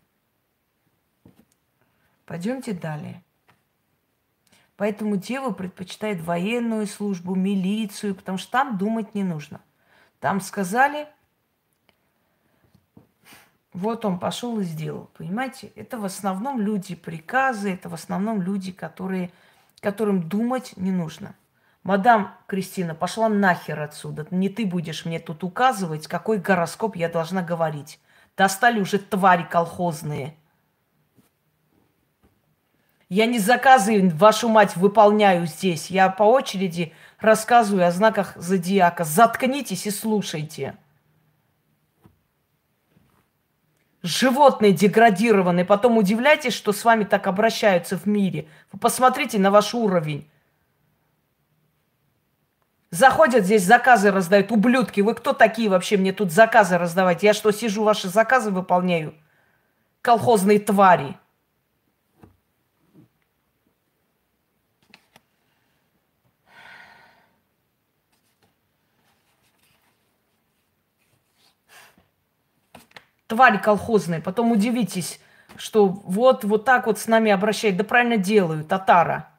Пойдемте далее. Поэтому девы предпочитают военную службу, милицию, потому что там думать не нужно. Там сказали, вот он пошел и сделал. Понимаете? Это в основном люди приказы, это в основном люди, которые, которым думать не нужно. Мадам Кристина, пошла нахер отсюда. Не ты будешь мне тут указывать, какой гороскоп я должна говорить. Достали уже твари колхозные. Я не заказы, вашу мать, выполняю здесь. Я по очереди рассказываю о знаках зодиака. Заткнитесь и слушайте. Животные деградированные. Потом удивляйтесь, что с вами так обращаются в мире. Вы посмотрите на ваш уровень. Заходят здесь, заказы раздают. Ублюдки, вы кто такие вообще мне тут заказы раздавать? Я что, сижу, ваши заказы выполняю? Колхозные твари. Твари колхозные. Потом удивитесь, что вот, вот так вот с нами обращают. Да правильно делают, татара.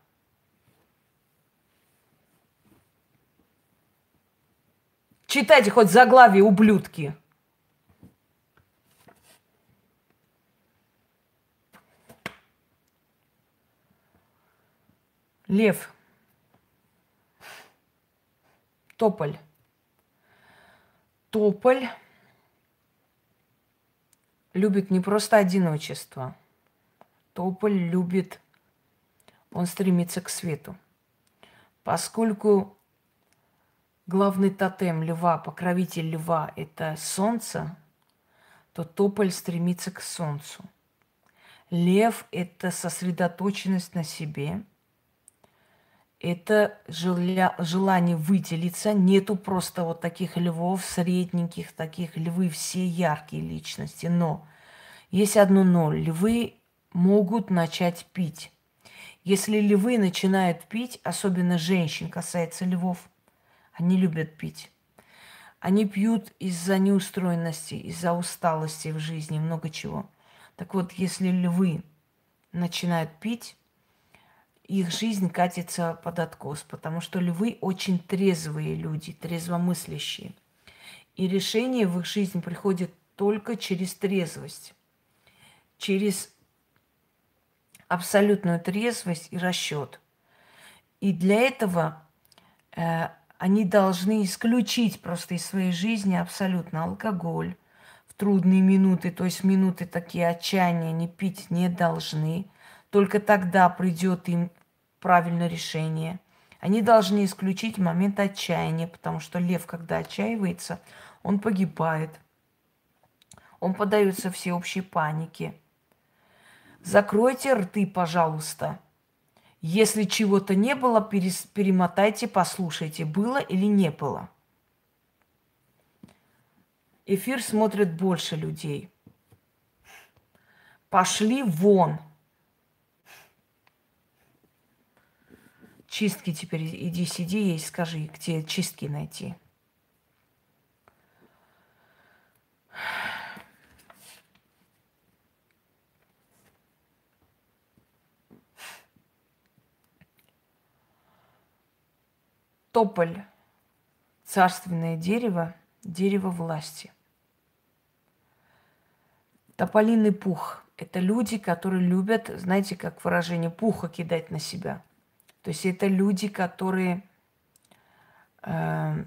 Читайте хоть заглавие, ублюдки. Лев. Тополь. Тополь любит не просто одиночество. Тополь любит, он стремится к свету. Поскольку главный тотем льва, покровитель льва – это солнце, то тополь стремится к солнцу. Лев – это сосредоточенность на себе, это желание выделиться. Нету просто вот таких львов, средненьких, таких львы, все яркие личности. Но есть одно но. Львы могут начать пить. Если львы начинают пить, особенно женщин, касается львов, они любят пить. Они пьют из-за неустроенности, из-за усталости в жизни, много чего. Так вот, если львы начинают пить, их жизнь катится под откос, потому что львы очень трезвые люди, трезвомыслящие. И решение в их жизнь приходит только через трезвость, через абсолютную трезвость и расчет. И для этого э, они должны исключить просто из своей жизни абсолютно алкоголь в трудные минуты, то есть минуты такие отчаяния, не пить не должны. Только тогда придет им правильное решение. Они должны исключить момент отчаяния, потому что лев, когда отчаивается, он погибает. Он поддается всеобщей панике. Закройте рты, пожалуйста. Если чего-то не было, перес- перемотайте, послушайте, было или не было. Эфир смотрит больше людей. Пошли вон. Чистки теперь, иди сиди и скажи, где чистки найти. Тополь – царственное дерево, дерево власти. Тополиный пух – Это люди, которые любят, знаете, как выражение, пуха кидать на себя. То есть это люди, которые э,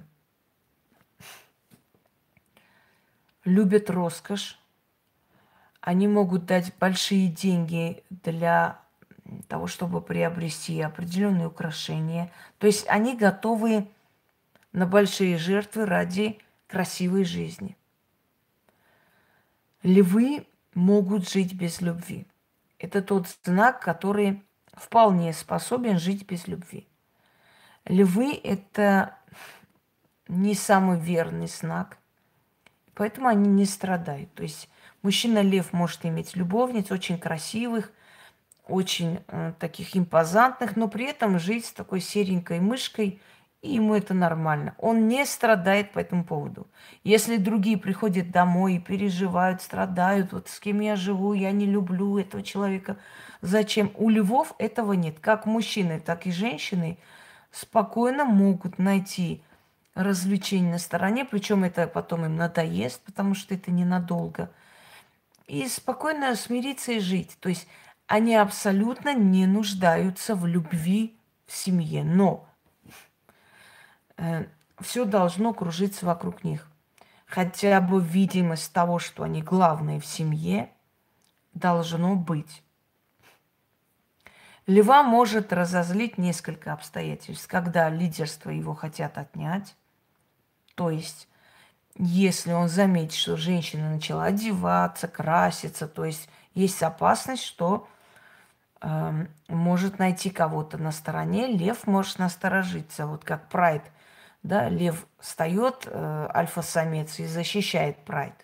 любят роскошь. Они могут дать большие деньги для того, чтобы приобрести определенные украшения. То есть они готовы на большие жертвы ради красивой жизни. Львы могут жить без любви. Это тот знак, который вполне способен жить без любви. Львы – это не самый верный знак, поэтому они не страдают. То есть мужчина-лев может иметь любовниц очень красивых, очень э, таких импозантных, но при этом жить с такой серенькой мышкой, и ему это нормально. Он не страдает по этому поводу. Если другие приходят домой и переживают, страдают, вот с кем я живу, я не люблю этого человека, зачем? У львов этого нет. Как мужчины, так и женщины спокойно могут найти развлечения на стороне, причем это потом им надоест, потому что это ненадолго, и спокойно смириться и жить. То есть они абсолютно не нуждаются в любви в семье, но э, все должно кружиться вокруг них. Хотя бы видимость того, что они главные в семье, должно быть. Льва может разозлить несколько обстоятельств, когда лидерство его хотят отнять. То есть, если он заметит, что женщина начала одеваться, краситься, то есть есть опасность, что э, может найти кого-то на стороне, лев может насторожиться. Вот как прайд, да, лев встает, э, альфа-самец, и защищает прайд.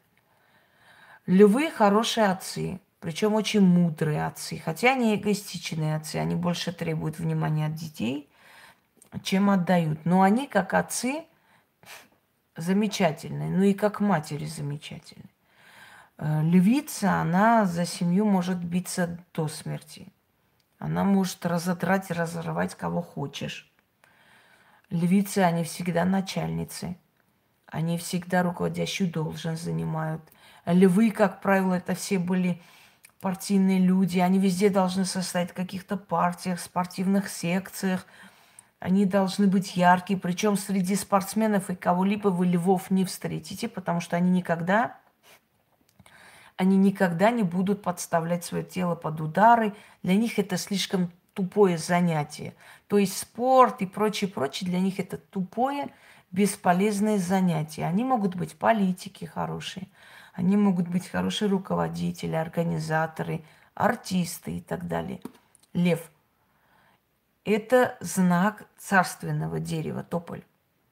Львы хорошие отцы, причем очень мудрые отцы, хотя они эгоистичные отцы, они больше требуют внимания от детей, чем отдают. Но они, как отцы, замечательные, ну и как матери замечательные. Львица, она за семью может биться до смерти. Она может разодрать и разорвать кого хочешь. Львицы, они всегда начальницы. Они всегда руководящую должность занимают. Львы, как правило, это все были партийные люди. Они везде должны состоять в каких-то партиях, спортивных секциях. Они должны быть яркие. Причем среди спортсменов и кого-либо вы львов не встретите, потому что они никогда, они никогда не будут подставлять свое тело под удары. Для них это слишком тупое занятие. То есть спорт и прочее, прочее, для них это тупое, бесполезное занятие. Они могут быть политики хорошие, они могут быть хорошие руководители, организаторы, артисты и так далее. Лев – это знак царственного дерева, тополь.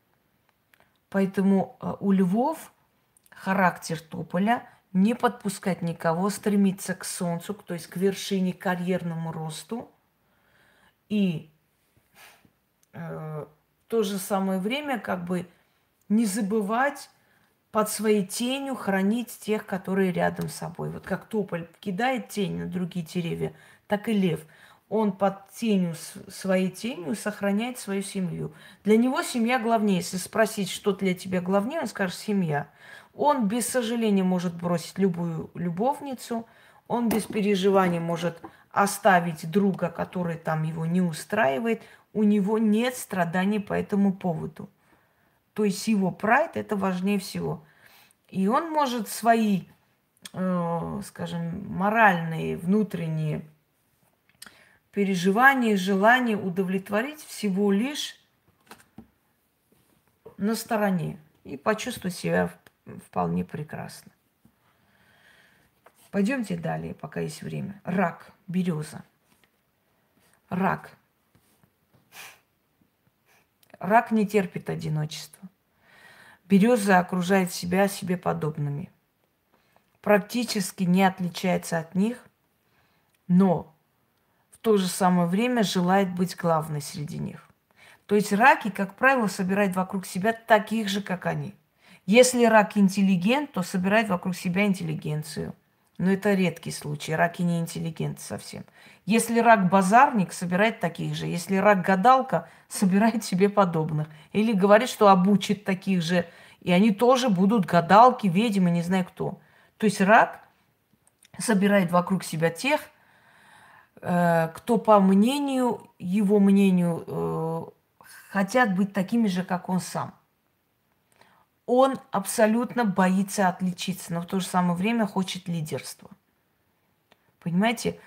Поэтому у львов характер тополя – не подпускать никого, стремиться к солнцу, то есть к вершине, к карьерному росту. И э, в то же самое время как бы не забывать под своей тенью хранить тех, которые рядом с собой. Вот как тополь кидает тень на другие деревья, так и лев. Он под тенью, своей тенью сохраняет свою семью. Для него семья главнее. Если спросить, что для тебя главнее, он скажет «семья». Он без сожаления может бросить любую любовницу, он без переживаний может оставить друга, который там его не устраивает. У него нет страданий по этому поводу. То есть его прайд – это важнее всего. И он может свои, э, скажем, моральные, внутренние переживания, желания удовлетворить всего лишь на стороне и почувствовать себя вполне прекрасно. Пойдемте далее, пока есть время. Рак, береза. Рак. Рак не терпит одиночества. Береза окружает себя себе подобными. Практически не отличается от них, но в то же самое время желает быть главной среди них. То есть раки, как правило, собирают вокруг себя таких же, как они. Если рак интеллигент, то собирает вокруг себя интеллигенцию. Но это редкий случай. Раки не интеллигенты совсем. Если рак базарник, собирает таких же. Если рак гадалка, собирает себе подобных. Или говорит, что обучит таких же. И они тоже будут гадалки, ведьмы, не знаю кто. То есть рак собирает вокруг себя тех, э, кто, по мнению, его мнению, э, хотят быть такими же, как он сам. Он абсолютно боится отличиться, но в то же самое время хочет лидерства. Понимаете,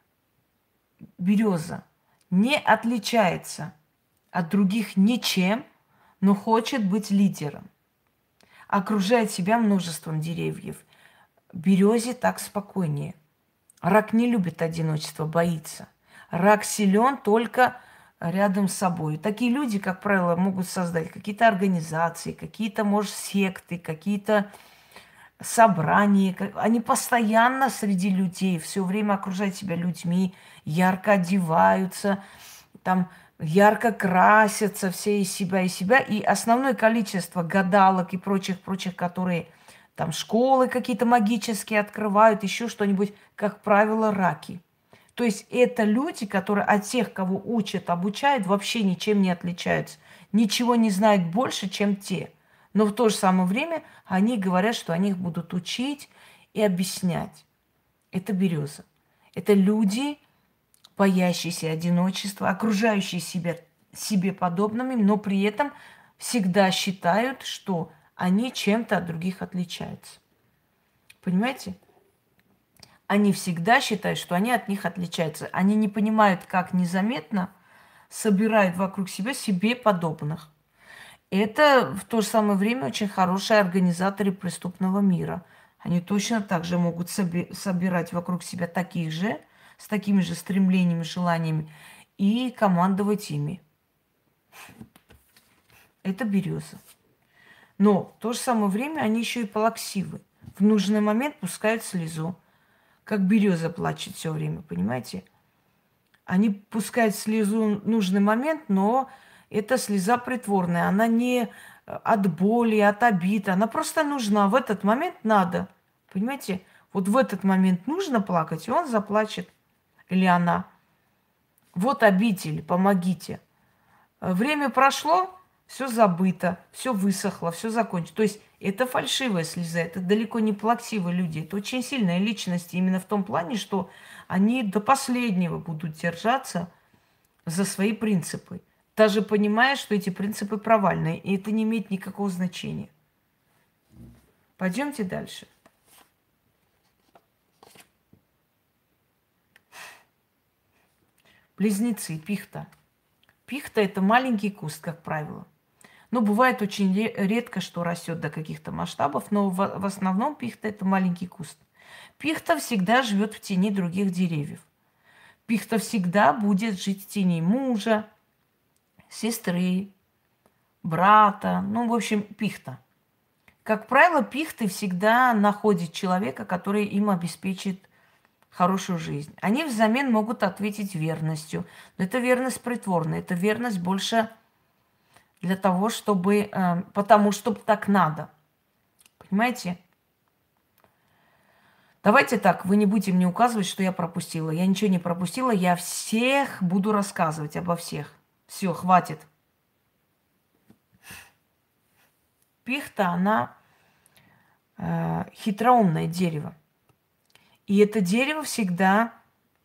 береза не отличается от других ничем, но хочет быть лидером. Окружает себя множеством деревьев. Березе так спокойнее. Рак не любит одиночество, боится. Рак силен только рядом с собой. Такие люди, как правило, могут создать какие-то организации, какие-то, может, секты, какие-то собрания. Они постоянно среди людей, все время окружают себя людьми, ярко одеваются, там ярко красятся все из себя и себя. И основное количество гадалок и прочих-прочих, которые там школы какие-то магические открывают, еще что-нибудь, как правило, раки. То есть это люди, которые от тех, кого учат, обучают, вообще ничем не отличаются. Ничего не знают больше, чем те. Но в то же самое время они говорят, что они их будут учить и объяснять. Это береза. Это люди, боящиеся одиночества, окружающие себя себе подобными, но при этом всегда считают, что они чем-то от других отличаются. Понимаете? Они всегда считают, что они от них отличаются. Они не понимают, как незаметно собирают вокруг себя себе подобных. Это в то же самое время очень хорошие организаторы преступного мира. Они точно так же могут соби- собирать вокруг себя таких же, с такими же стремлениями, желаниями, и командовать ими. Это береза. Но в то же самое время они еще и плаксивы. В нужный момент пускают слезу. Как береза плачет все время, понимаете? Они пускают слезу в нужный момент, но эта слеза притворная. Она не от боли, от обиды. Она просто нужна. В этот момент надо. Понимаете? Вот в этот момент нужно плакать, и он заплачет. Или она. Вот обитель, помогите. Время прошло, все забыто, все высохло, все закончилось. То есть это фальшивая слеза, это далеко не плаксивые люди. Это очень сильные личности именно в том плане, что они до последнего будут держаться за свои принципы. Даже понимая, что эти принципы провальные, и это не имеет никакого значения. Пойдемте дальше. Близнецы, пихта. Пихта – это маленький куст, как правило. Но бывает очень редко, что растет до каких-то масштабов, но в, в основном пихта – это маленький куст. Пихта всегда живет в тени других деревьев. Пихта всегда будет жить в тени мужа, сестры, брата, ну, в общем, пихта. Как правило, пихты всегда находят человека, который им обеспечит хорошую жизнь. Они взамен могут ответить верностью. Но это верность притворная, это верность больше для того, чтобы... Э, потому что так надо. Понимаете? Давайте так, вы не будете мне указывать, что я пропустила. Я ничего не пропустила, я всех буду рассказывать обо всех. Все, хватит. Пихта, она э, хитроумное дерево. И это дерево всегда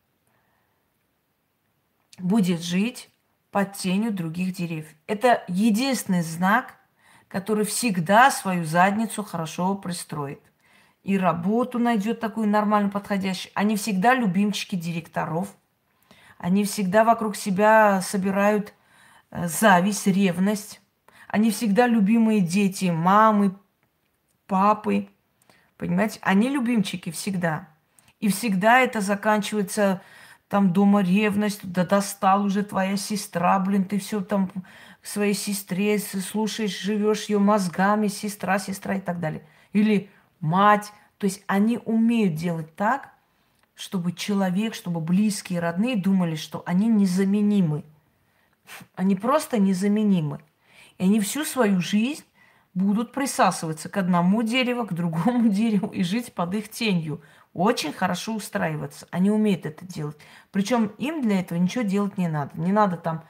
будет жить под тенью других деревьев. Это единственный знак, который всегда свою задницу хорошо пристроит. И работу найдет такую нормально подходящую. Они всегда любимчики директоров. Они всегда вокруг себя собирают зависть, ревность. Они всегда любимые дети, мамы, папы. Понимаете? Они любимчики всегда. И всегда это заканчивается там дома ревностью. Да достал уже твоя сестра, блин, ты все там к своей сестре слушаешь, живешь ее мозгами, сестра, сестра и так далее. Или мать. То есть они умеют делать так, чтобы человек, чтобы близкие, родные думали, что они незаменимы. Они просто незаменимы. И они всю свою жизнь будут присасываться к одному дереву, к другому дереву и жить под их тенью. Очень хорошо устраиваться. Они умеют это делать. Причем им для этого ничего делать не надо. Не надо там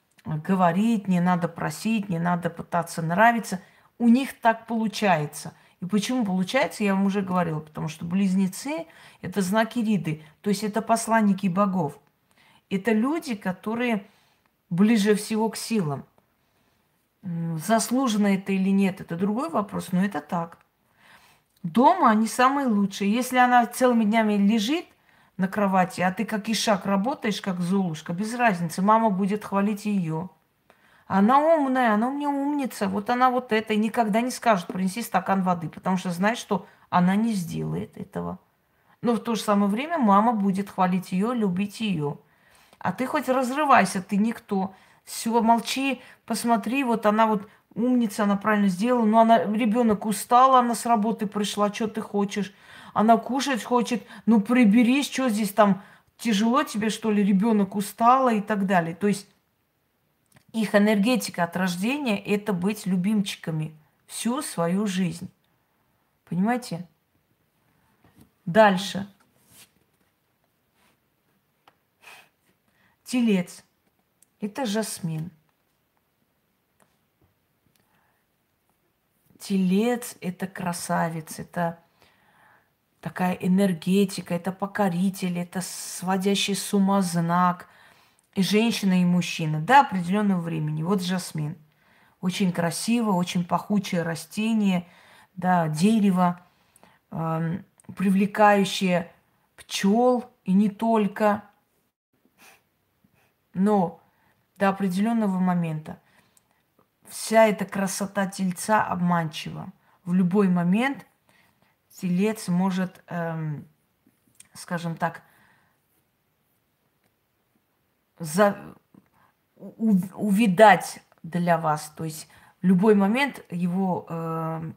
говорить, не надо просить, не надо пытаться нравиться. У них так получается. И почему получается, я вам уже говорила, потому что близнецы – это знаки Риды, то есть это посланники богов. Это люди, которые ближе всего к силам. М, Заслуженно это или нет, это другой вопрос, но это так. Дома они самые лучшие. Если она целыми днями лежит на кровати, а ты как ишак работаешь, как Золушка, без разницы, мама будет хвалить ее. Она умная, она у меня умница, вот она вот это, и никогда не скажет, принеси стакан воды, потому что знает, что она не сделает этого. Но в то же самое время мама будет хвалить ее, любить ее. А ты хоть разрывайся, ты никто. Все, молчи, посмотри, вот она вот умница, она правильно сделала. Но она, ребенок устала, она с работы пришла, что ты хочешь? Она кушать хочет, ну приберись, что здесь там, тяжело тебе, что ли, ребенок устала и так далее. То есть их энергетика от рождения – это быть любимчиками всю свою жизнь. Понимаете? Дальше. Телец. Это жасмин. Телец – это красавец, это такая энергетика, это покоритель, это сводящий с ума знак. И женщина, и мужчина до определенного времени. Вот жасмин. Очень красиво, очень пахучее растение, да, дерево, эм, привлекающее пчел и не только. Но до определенного момента вся эта красота тельца обманчива. В любой момент телец может, эм, скажем так, за, у- увидать для вас. То есть в любой момент его э,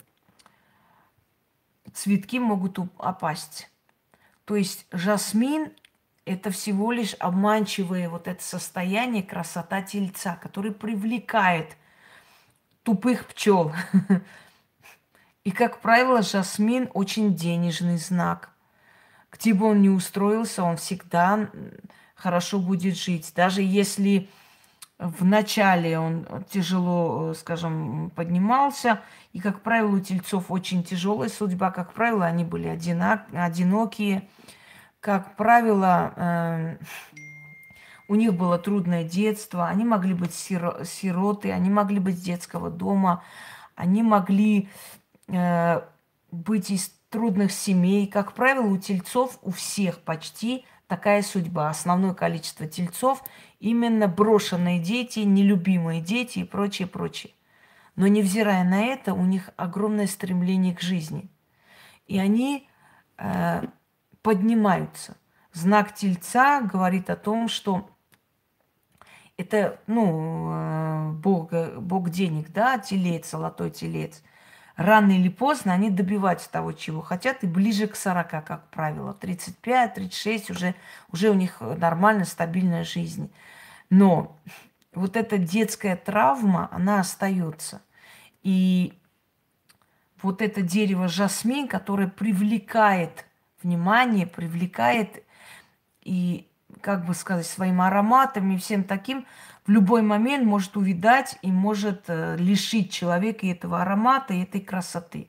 цветки могут уп- опасть. То есть жасмин – это всего лишь обманчивое вот это состояние, красота тельца, который привлекает тупых пчел. И, как правило, жасмин очень денежный знак. Где бы он ни устроился, он всегда м, хорошо будет жить. Даже если в начале он тяжело, э, скажем, поднимался, и, как правило, у тельцов очень тяжелая судьба, как правило, они были одинак, одинокие, как правило, э, у них было трудное детство, они могли быть сиро- сироты, они могли быть с детского дома, они могли э, быть из трудных семей. Как правило, у тельцов, у всех почти такая судьба. Основное количество тельцов именно брошенные дети, нелюбимые дети и прочее, прочее. Но невзирая на это, у них огромное стремление к жизни. И они э, поднимаются. Знак тельца говорит о том, что это, ну, э, бог, э, бог денег, да, телец, золотой телец. Рано или поздно они добиваются того, чего хотят, и ближе к сорока, как правило. тридцать пять тридцать шесть уже, уже у них нормальная, стабильная жизнь. Но вот эта детская травма, она остается. И вот это дерево жасмин, которое привлекает внимание, привлекает и, как бы сказать, своим ароматом и всем таким, в любой момент может увидать и может э, лишить человека этого аромата и этой красоты.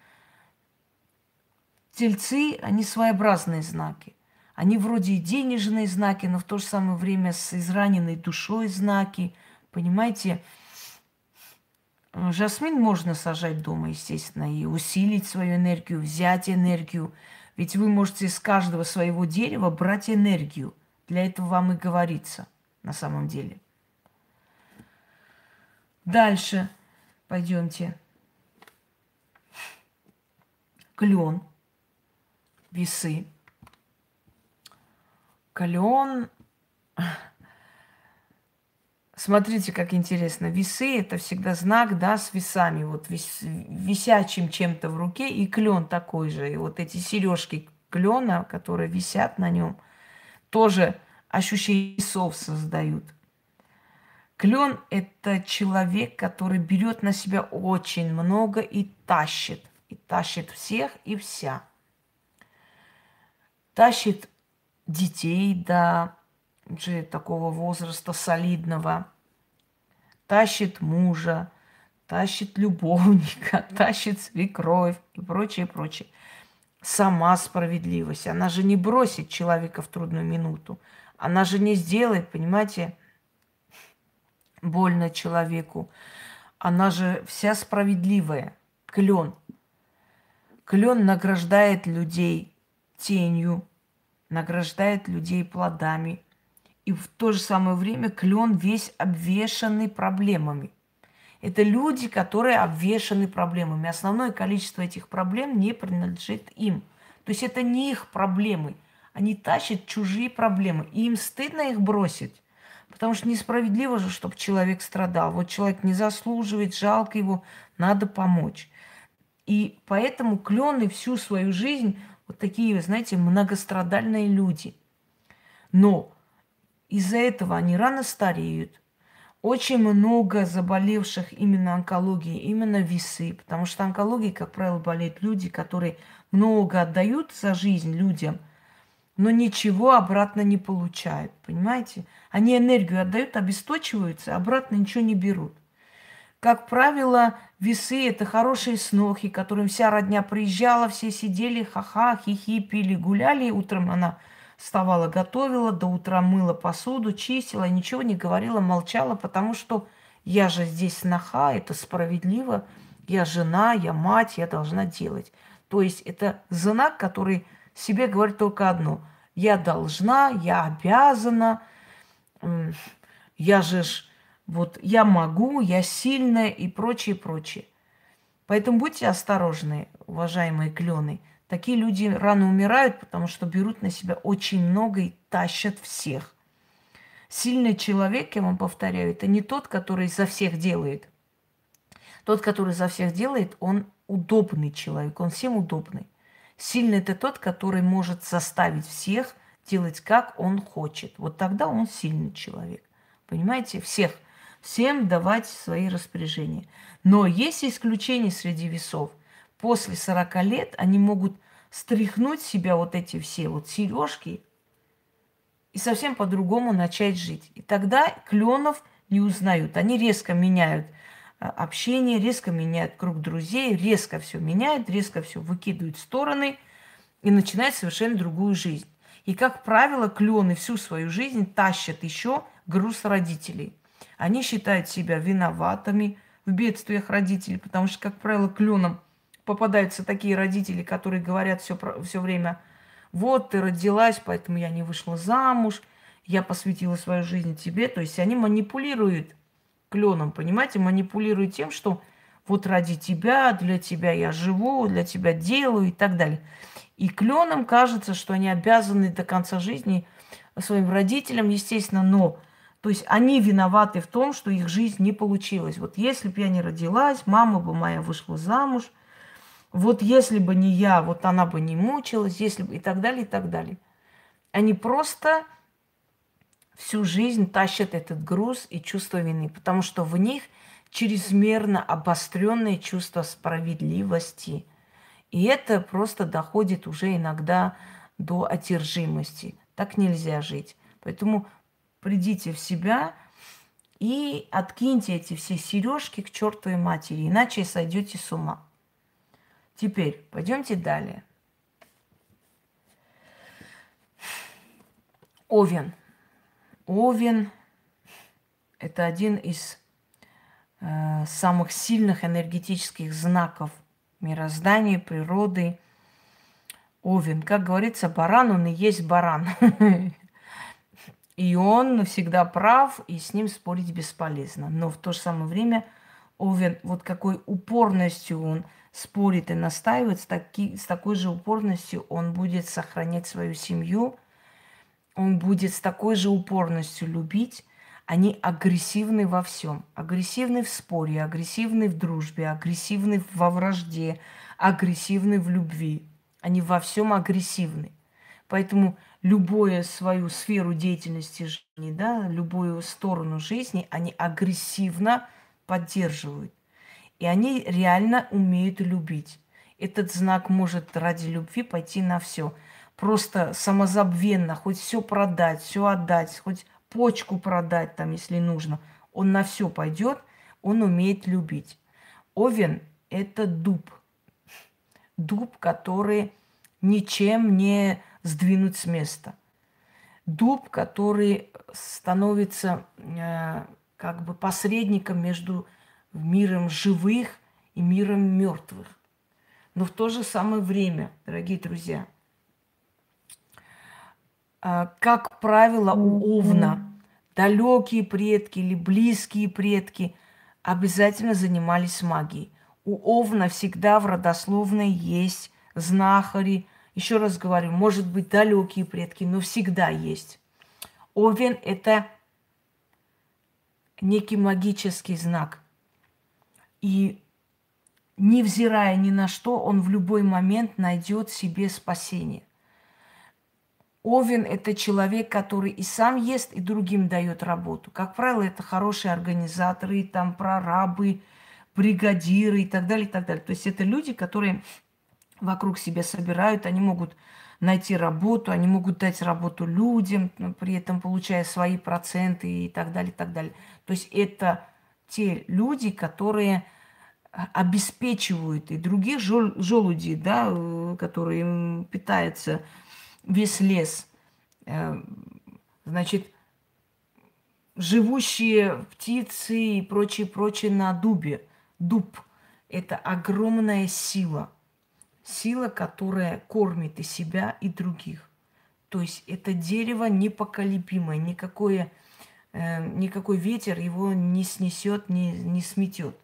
Тельцы, они своеобразные знаки. Они вроде и денежные знаки, но в то же самое время с израненной душой знаки. Понимаете, Э, жасмин можно сажать дома, естественно, и усилить свою энергию, взять энергию. Ведь вы можете с каждого своего дерева брать энергию. Для этого вам и говорится на самом деле. Дальше пойдемте. Клен, весы. Клен. Смотрите, как интересно. Весы – это всегда знак, да, с весами, вот вис, висячим чем-то в руке, и клен такой же. И вот эти сережки клена, которые висят на нем, тоже ощущение весов создают. Клен – это человек, который берет на себя очень много и тащит. И тащит всех и вся. Тащит детей до уже такого возраста солидного. Тащит мужа, тащит любовника, тащит свекровь и прочее, прочее. Сама справедливость. Она же не бросит человека в трудную минуту. Она же не сделает, понимаете, больно человеку. Она же вся справедливая. Клен. Клен награждает людей тенью, награждает людей плодами. И в то же самое время клен весь обвешанный проблемами. Это люди, которые обвешаны проблемами. Основное количество этих проблем не принадлежит им. То есть это не их проблемы. Они тащат чужие проблемы. И им стыдно их бросить. Потому что несправедливо же, чтобы человек страдал. Вот человек не заслуживает, жалко его, надо помочь. И поэтому клены всю свою жизнь вот такие, знаете, многострадальные люди. Но из-за этого они рано стареют. Очень много заболевших именно онкологией, именно весы. Потому что онкологией, как правило, болеют люди, которые много отдают за жизнь людям, но ничего обратно не получают. Понимаете? Они энергию отдают, обесточиваются, обратно ничего не берут. Как правило, весы – это хорошие снохи, к которым вся родня приезжала, все сидели, ха-ха, хихи, пили, гуляли. Утром она вставала, готовила, до утра мыла посуду, чистила, ничего не говорила, молчала, потому что я же здесь сноха, это справедливо, я жена, я мать, я должна делать. То есть это знак, который себе говорит только одно – я должна, я обязана, я же ж, вот я могу, я сильная и прочее, прочее. Поэтому будьте осторожны, уважаемые клены. Такие люди рано умирают, потому что берут на себя очень много и тащат всех. Сильный человек, я вам повторяю, это не тот, который за всех делает. Тот, который за всех делает, он удобный человек, он всем удобный. Сильный – это тот, который может заставить всех делать, как он хочет. Вот тогда он сильный человек. Понимаете? Всех. Всем давать свои распоряжения. Но есть исключения среди весов. После сорока лет они могут стряхнуть с себя вот эти все вот сережки и совсем по-другому начать жить. И тогда кленов не узнают. Они резко меняют общение, резко меняют круг друзей, резко все меняют, резко все выкидывают в стороны и начинают совершенно другую жизнь. И, как правило, клены всю свою жизнь тащат еще груз родителей. Они считают себя виноватыми в бедствиях родителей, потому что, как правило, кленам попадаются такие родители, которые говорят все, все время: вот ты родилась, поэтому я не вышла замуж, я посвятила свою жизнь тебе. То есть они манипулируют кленом, понимаете, манипулируют тем, что вот ради тебя, для тебя я живу, для тебя делаю и так далее. И кленам кажется, что они обязаны до конца жизни своим родителям, естественно, но то есть они виноваты в том, что их жизнь не получилась. Вот если бы я не родилась, мама бы моя вышла замуж, вот если бы не я, вот она бы не мучилась, если бы и так далее, и так далее. Они просто всю жизнь тащат этот груз и чувство вины, потому что в них чрезмерно обостренное чувство справедливости. И это просто доходит уже иногда до одержимости. Так нельзя жить. Поэтому придите в себя и откиньте эти все сережки к чертовой матери, иначе сойдете с ума. Теперь пойдемте далее. Овен. Овен – это один из э, самых сильных энергетических знаков мироздания, природы. Овен, как говорится, баран, он и есть баран. И он всегда прав, и с ним спорить бесполезно. Но в то же самое время Овен, вот какой упорностью он спорит и настаивает, с, таки, с такой же упорностью он будет сохранять свою семью, он будет с такой же упорностью любить. Они агрессивны во всем. Агрессивны в споре, агрессивны в дружбе, агрессивны во вражде, агрессивны в любви. Они во всем агрессивны. Поэтому любую свою сферу деятельности жизни, да, любую сторону жизни они агрессивно поддерживают. И они реально умеют любить. Этот знак может ради любви пойти на все. Просто самозабвенно, хоть все продать, все отдать, хоть почку продать, там, если нужно. Он на все пойдет, он умеет любить. Овен – это дуб. Дуб, который ничем не сдвинуть с места. Дуб, который становится э, как бы посредником между миром живых и миром мертвых. Но в то же самое время, дорогие друзья, э, как правило, у Овна далекие предки или близкие предки обязательно занимались магией. У Овна всегда в родословной есть знахари. Еще раз говорю, может быть, далекие предки, но всегда есть. Овен – это некий магический знак. И невзирая ни на что, он в любой момент найдет себе спасение. Овен – это человек, который и сам ест, и другим дает работу. Как правило, это хорошие организаторы, там прорабы, бригадиры и так далее, и так далее. То есть это люди, которые вокруг себя собирают, они могут найти работу, они могут дать работу людям, при этом получая свои проценты и так далее, и так далее. То есть это те люди, которые обеспечивают и других жел- желудей, да, э, которые питаются весь лес. Э, Значит, живущие птицы и прочее, прочее на дубе. Дуб – это огромная сила. Сила, которая кормит и себя, и других. То есть это дерево непоколебимое, никакое, э, никакой ветер его не снесет, не, не сметет.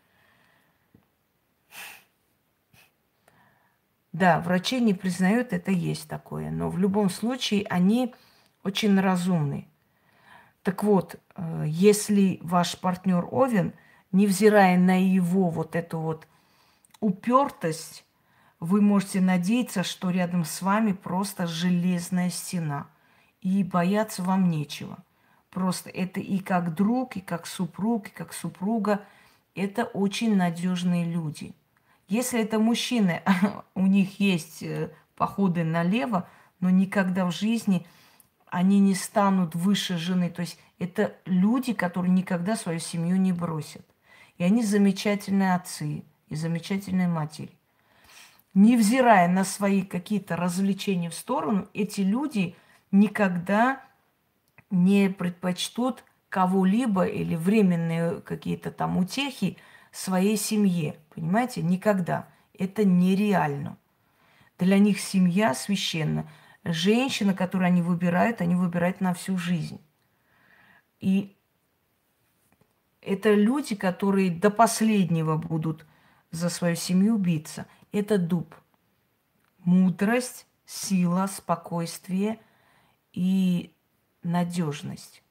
Да, врачи не признают, это есть такое, но в любом случае они очень разумны. Так вот, э, если ваш партнер Овен, невзирая на его вот эту вот упертость, вы можете надеяться, что рядом с вами просто железная стена. И бояться вам нечего. Просто это и как друг, и как супруг, и как супруга. Это очень надежные люди. Если это мужчины, у них есть э, походы налево, но никогда в жизни они не станут выше жены. То есть это люди, которые никогда свою семью не бросят. И они замечательные отцы и замечательные матери. Невзирая на свои какие-то развлечения в сторону, эти люди никогда не предпочтут кого-либо или временные какие-то там утехи своей семье. Понимаете? Никогда. Это нереально. Для них семья священна. Женщина, которую они выбирают, они выбирают на всю жизнь. И это люди, которые до последнего будут за свою семью биться. Это дуб. Мудрость, сила, спокойствие и надежность.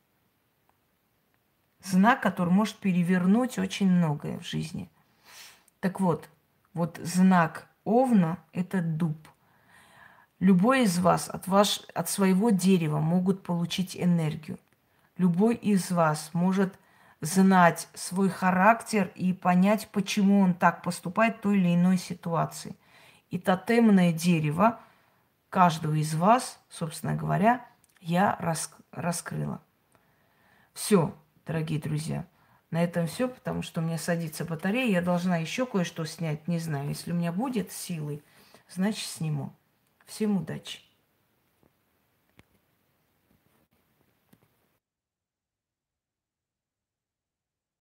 Знак, который может перевернуть очень многое в жизни. Так вот, вот знак Овна – это дуб. Любой из вас от, ваш, от своего дерева могут получить энергию. Любой из вас может знать свой характер и понять, почему он так поступает в той или иной ситуации. И тотемное дерево каждого из вас, собственно говоря, я рас, раскрыла. Все, дорогие друзья. На этом все, потому что у меня садится батарея. Я должна еще кое-что снять. Не знаю, если у меня будет силы, значит сниму. Всем удачи!